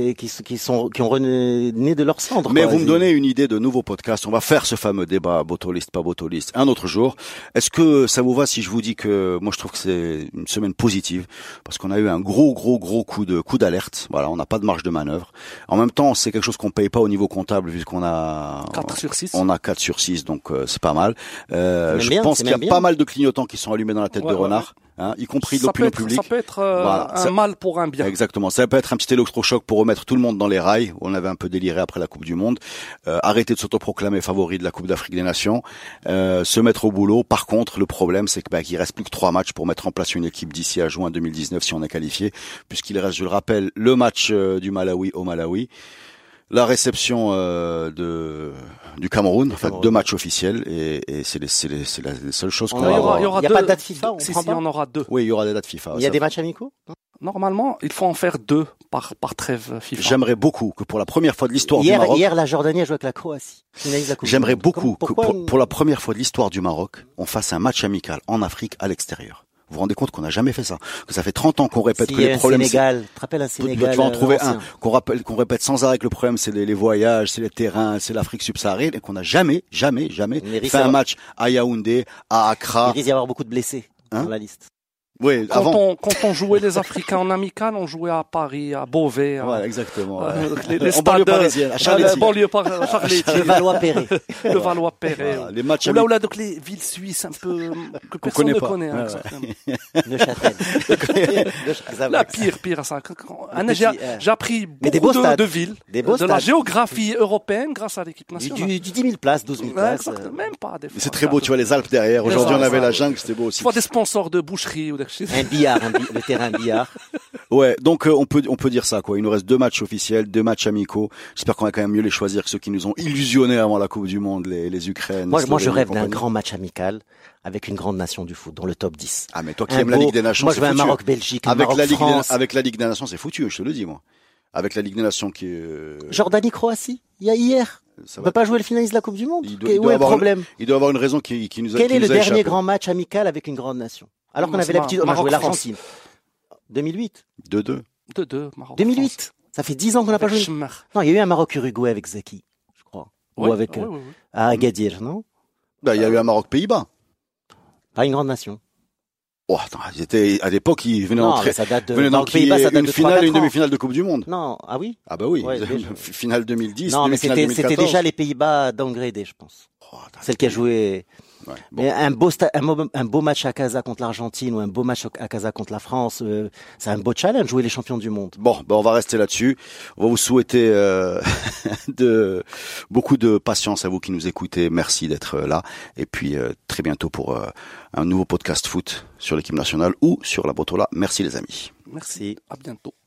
G: rené de leur cendre.
E: Mais vous me donnez une idée de nouveau podcast. On va faire ce fameux débat botoliste, pas botoliste, un autre jour. Est-ce que ça vous va si je vous dis que moi je trouve que c'est une semaine positive, parce qu'on a eu un gros coup d'alerte. Voilà, on n'a pas de marge de manœuvre. En même temps, c'est quelque chose qu'on paye pas au niveau comptable, vu qu'on a
F: 4 sur 6.
E: On a 4 sur 6, donc c'est pas mal. Je pense qu'il y a pas mal de clignotants qui sont allumés dans la tête de Renard. Y compris de l'opinion publique.
F: Ça peut être un mal pour un bien.
E: Exactement. Ça peut être un petit électrochoc pour remettre tout le monde dans les rails. On avait un peu déliré après la Coupe du Monde. Arrêter de s'autoproclamer favori de la Coupe d'Afrique des Nations. Se mettre au boulot. Par contre, le problème, c'est qu'il reste plus que 3 matchs pour mettre en place une équipe d'ici à juin 2019 si on est qualifié. Puisqu'il reste, je le rappelle, le match du Malawi au Malawi. La réception du Cameroun, enfin 2 matchs officiels, et c'est les seules choses qu'on va.
G: Il n'y a pas de date FIFA.
F: Si, il y en aura 2.
E: Oui, il y aura des dates FIFA.
G: Il y a des matchs amicaux.
F: Normalement, il faut en faire 2 par trêve FIFA.
E: J'aimerais beaucoup que pour la première fois de l'histoire du Maroc.
G: Hier, la Jordanie a joué avec la Croatie.
E: J'aimerais beaucoup que pour la première fois de l'histoire du Maroc, on fasse un match amical en Afrique à l'extérieur. Vous vous rendez compte qu'on n'a jamais fait ça, que ça fait 30 ans qu'on répète que les problèmes.
G: Sénégal, tu te rappelles un Sénégal.
E: Tu vas en trouver un qu'on répète sans arrêt que le problème c'est les voyages, c'est les terrains, c'est l'Afrique subsaharienne, et qu'on n'a jamais fait un match à Yaoundé, à Accra.
G: Il risque d'y avoir beaucoup de blessés dans la liste.
E: Oui, avant.
F: Quand on jouait les Africains en amical, on jouait à Paris, à Beauvais.
E: Voilà, exactement.
F: Les
E: En banlieue
F: stades,
E: parisienne, à Charletti.
G: Le Valois-Perret.
F: Le Valois-Perret.
E: Voilà, les matchs
F: Là, donc les villes suisses un peu que personne ne connaît. Hein, exactement.
G: Neuchâtel.
F: La pire ça. J'ai appris
G: des
F: beaucoup
G: beaux stades.
F: de villes,
G: Des beaux
F: de la
G: stades.
F: géographie européenne grâce à l'équipe nationale.
G: Du 10 000 places, 12 000
F: Ouais,
G: places.
F: exactement. Même pas des fois.
E: Mais c'est très beau, tu vois les Alpes derrière. Aujourd'hui, on avait la jungle, c'était beau aussi.
F: Tu vois des sponsors de boucherie ou des choses.
G: Un billard, le terrain billard.
E: Ouais, donc on peut dire ça quoi. Il nous reste 2 matchs officiels, 2 matchs amicaux. J'espère qu'on va quand même mieux les choisir que ceux qui nous ont illusionnés avant la Coupe du Monde, les Ukraines.
G: Moi, je
E: Slovénie,
G: rêve d'un
E: compagnie.
G: grand match amical avec une grande nation du foot dans le top 10.
E: Ah mais toi qui aimes la Ligue des Nations,
G: moi je
E: c'est
G: veux un
E: foutu.
G: Maroc-Belgique, un
E: Avec
G: Maroc-France.
E: avec la Ligue des Nations, c'est foutu, je te le dis moi. Avec la Ligue des Nations qui est
G: Jordanie-Croatie, il y a hier.
E: ça
G: On
E: va.
G: peut pas jouer le finaliste de la Coupe du Monde.
E: Il
G: Où est le
E: avoir
G: problème
E: il doit avoir une raison qui nous a
G: Quel
E: qui
G: est le
E: nous a
G: dernier
E: échappé.
G: grand match amical avec une grande nation? Alors qu'on
F: Non,
G: avait
F: c'est
G: l'habitude, on a joué
F: Maroc-France.
G: l'Argentine. 2008.
E: 2-2.
F: 2-2, Maroc.
G: 2008. Ça fait 10 ans qu'on n'a pas joué. Non, il y a eu un Maroc-Uruguay avec Zaki, je crois. Ou avec à Agadir, non?
E: Bah, il y a eu un Maroc-Pays-Bas.
G: Pas une grande nation.
E: Oh, attends, ils étaient, à l'époque, ils venaient
G: Non,
E: d'entrer,
G: mais ça date de
E: venaient d'enquiller
G: Maroc-Pays-Bas, ça date
E: une
G: de
E: finale et
G: 3-4
E: une
G: ans.
E: demi-finale de Coupe du Monde.
G: Non, ah oui?
E: Ah bah oui.
G: Ouais, déjà.
E: Finale 2010,
G: Non, mais
E: demi-finale
G: c'était
E: 2014.
G: déjà les Pays-Bas downgradés, je pense.
E: Oh, attends.
G: Celle qui a joué.
E: Ouais, bon.
G: Mais un beau match à Casa contre l'Argentine ou un beau match à Casa contre la France, c'est un beau challenge, jouer les champions du monde.
E: Bon, ben on va rester là-dessus. On va vous souhaiter beaucoup de patience à vous qui nous écoutez. Merci d'être là. Et puis très bientôt pour un nouveau podcast foot sur l'équipe nationale ou sur la Botola. Merci les amis.
F: Merci. À bientôt.